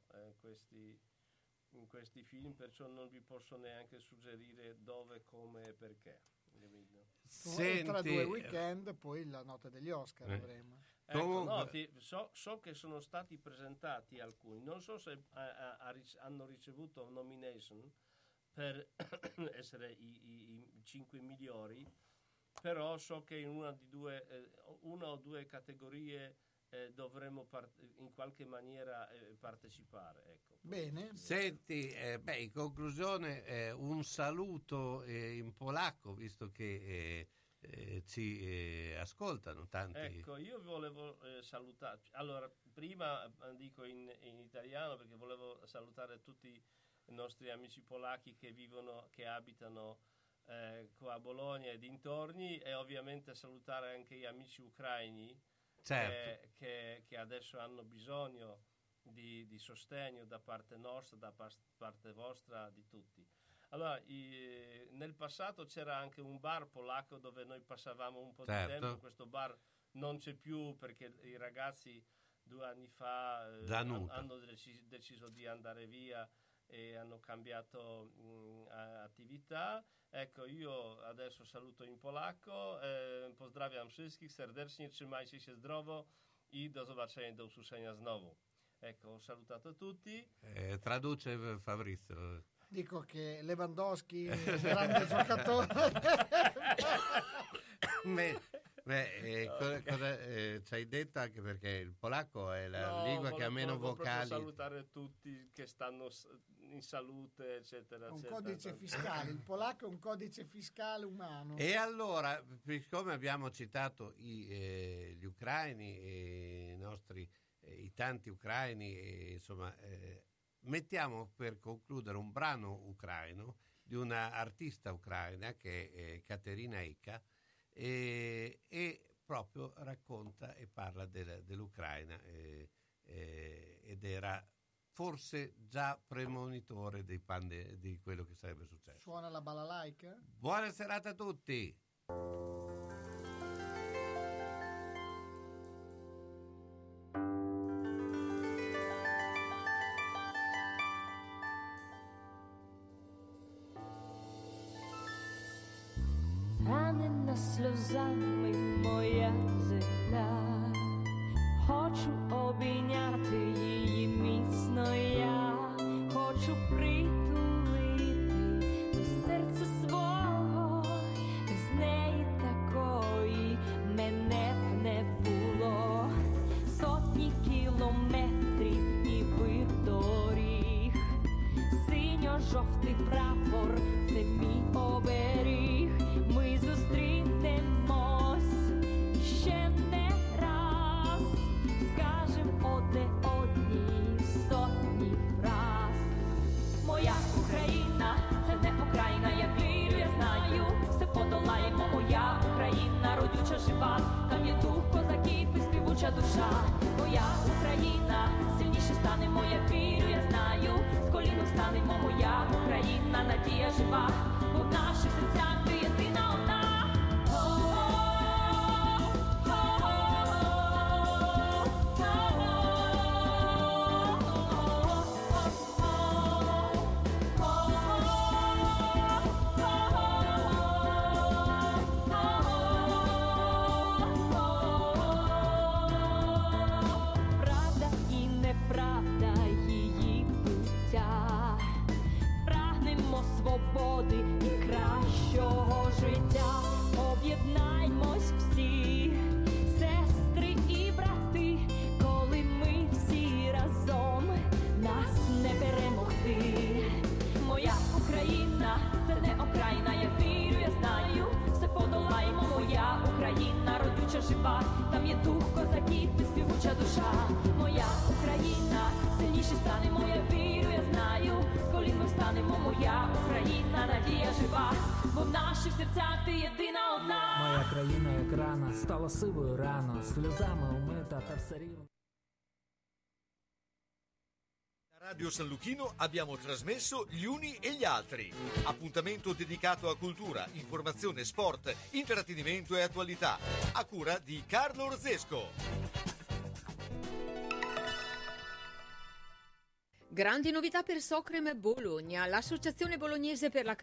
E: questi film, perciò non vi posso neanche suggerire dove, come e perché.
D: Tra 2 weekend poi la notte degli Oscar avremo.
E: So che sono stati presentati alcuni, non so se hanno ricevuto nomination per essere i 5 migliori, però so che in una o due categorie dovremo in qualche maniera partecipare, ecco.
D: Bene.
C: Senti, in conclusione un saluto in polacco, visto che ci ascoltano tanti.
E: Ecco, io volevo salutare, allora prima dico in italiano, perché volevo salutare tutti i nostri amici polacchi che abitano qua a Bologna e dintorni, e ovviamente salutare anche gli amici ucraini, certo, che adesso hanno bisogno di sostegno da parte nostra, da parte vostra, di tutti. Allora, nel passato c'era anche un bar polacco dove noi passavamo un po' di tempo. Questo bar non c'è più perché i ragazzi 2 anni fa hanno deciso di andare via e hanno cambiato attività. Ecco, io adesso saluto in polacco. Pozdrawiam wszystkich serdecznie, trzymajcie się zdrowo i do zobaczenia, do usłyszenia znowu. Ecco, ho salutato tutti.
C: Traduce Fabrizio.
D: Dico che Lewandowski è un grande giocatore.
C: Cosa ci hai detto, anche perché il polacco è la lingua che ha meno vocali.
E: Salutare tutti che stanno in salute, eccetera,
D: un
E: eccetera.
D: Codice fiscale, il polacco è un codice fiscale umano.
C: E allora, siccome abbiamo citato gli ucraini e i tanti ucraini, insomma, mettiamo per concludere un brano ucraino di una artista ucraina che è Katerina Eka, e proprio racconta e parla dell'Ucraina, ed era forse già premonitore di quello che sarebbe successo.
D: Suona la balalaika?
C: Buona serata a tutti!
Q: Ранена сльозами моя земля, хочу обійняти її міцно я, хочу притулити до серця свого, без неї такої мене б не було. Сотні кілометрів і доріг, синьо-жовтий прапор – це мій оберіг. Ми зустрінемось ще не раз, скажем одне одній сотні фраз. Моя Україна – це не окраїна, я вірю, я знаю, все подолаємо. Моя Україна – родюча жива, там є дух козаків і співуча душа. Моя Україна – сильніше станемо, я вірю, я знаю, з колін встанемо. Моя Україна – надія жива, бо в наших серцях ти єдина одна. Правда і неправда її буття, прагнемо свободи і кращого життя. Об'єднаймось всі, сестри і брати, коли ми всі разом, нас не перемогти. Моя Україна – це не окраїна, я вірю, я знаю, все подолаємо. Моя Україна – родюча жива, там є дух козаків і співуча душа. Моя Україна – сильніше станемо, я вірю, я знаю, з колін ми встанемо. Моя Україна – надія жива, бо в наших серцях ти єдина одна.
R: Моя країна, як рана, стала сивою рано, сльозами умита та все рівно.
B: Da Radio San Luchino abbiamo trasmesso Gli Uni e gli Altri. Appuntamento dedicato a cultura, informazione, sport, intrattenimento e attualità. A cura di Carlo Orzesco.
G: Grandi novità per Socrem Bologna. L'Associazione Bolognese per la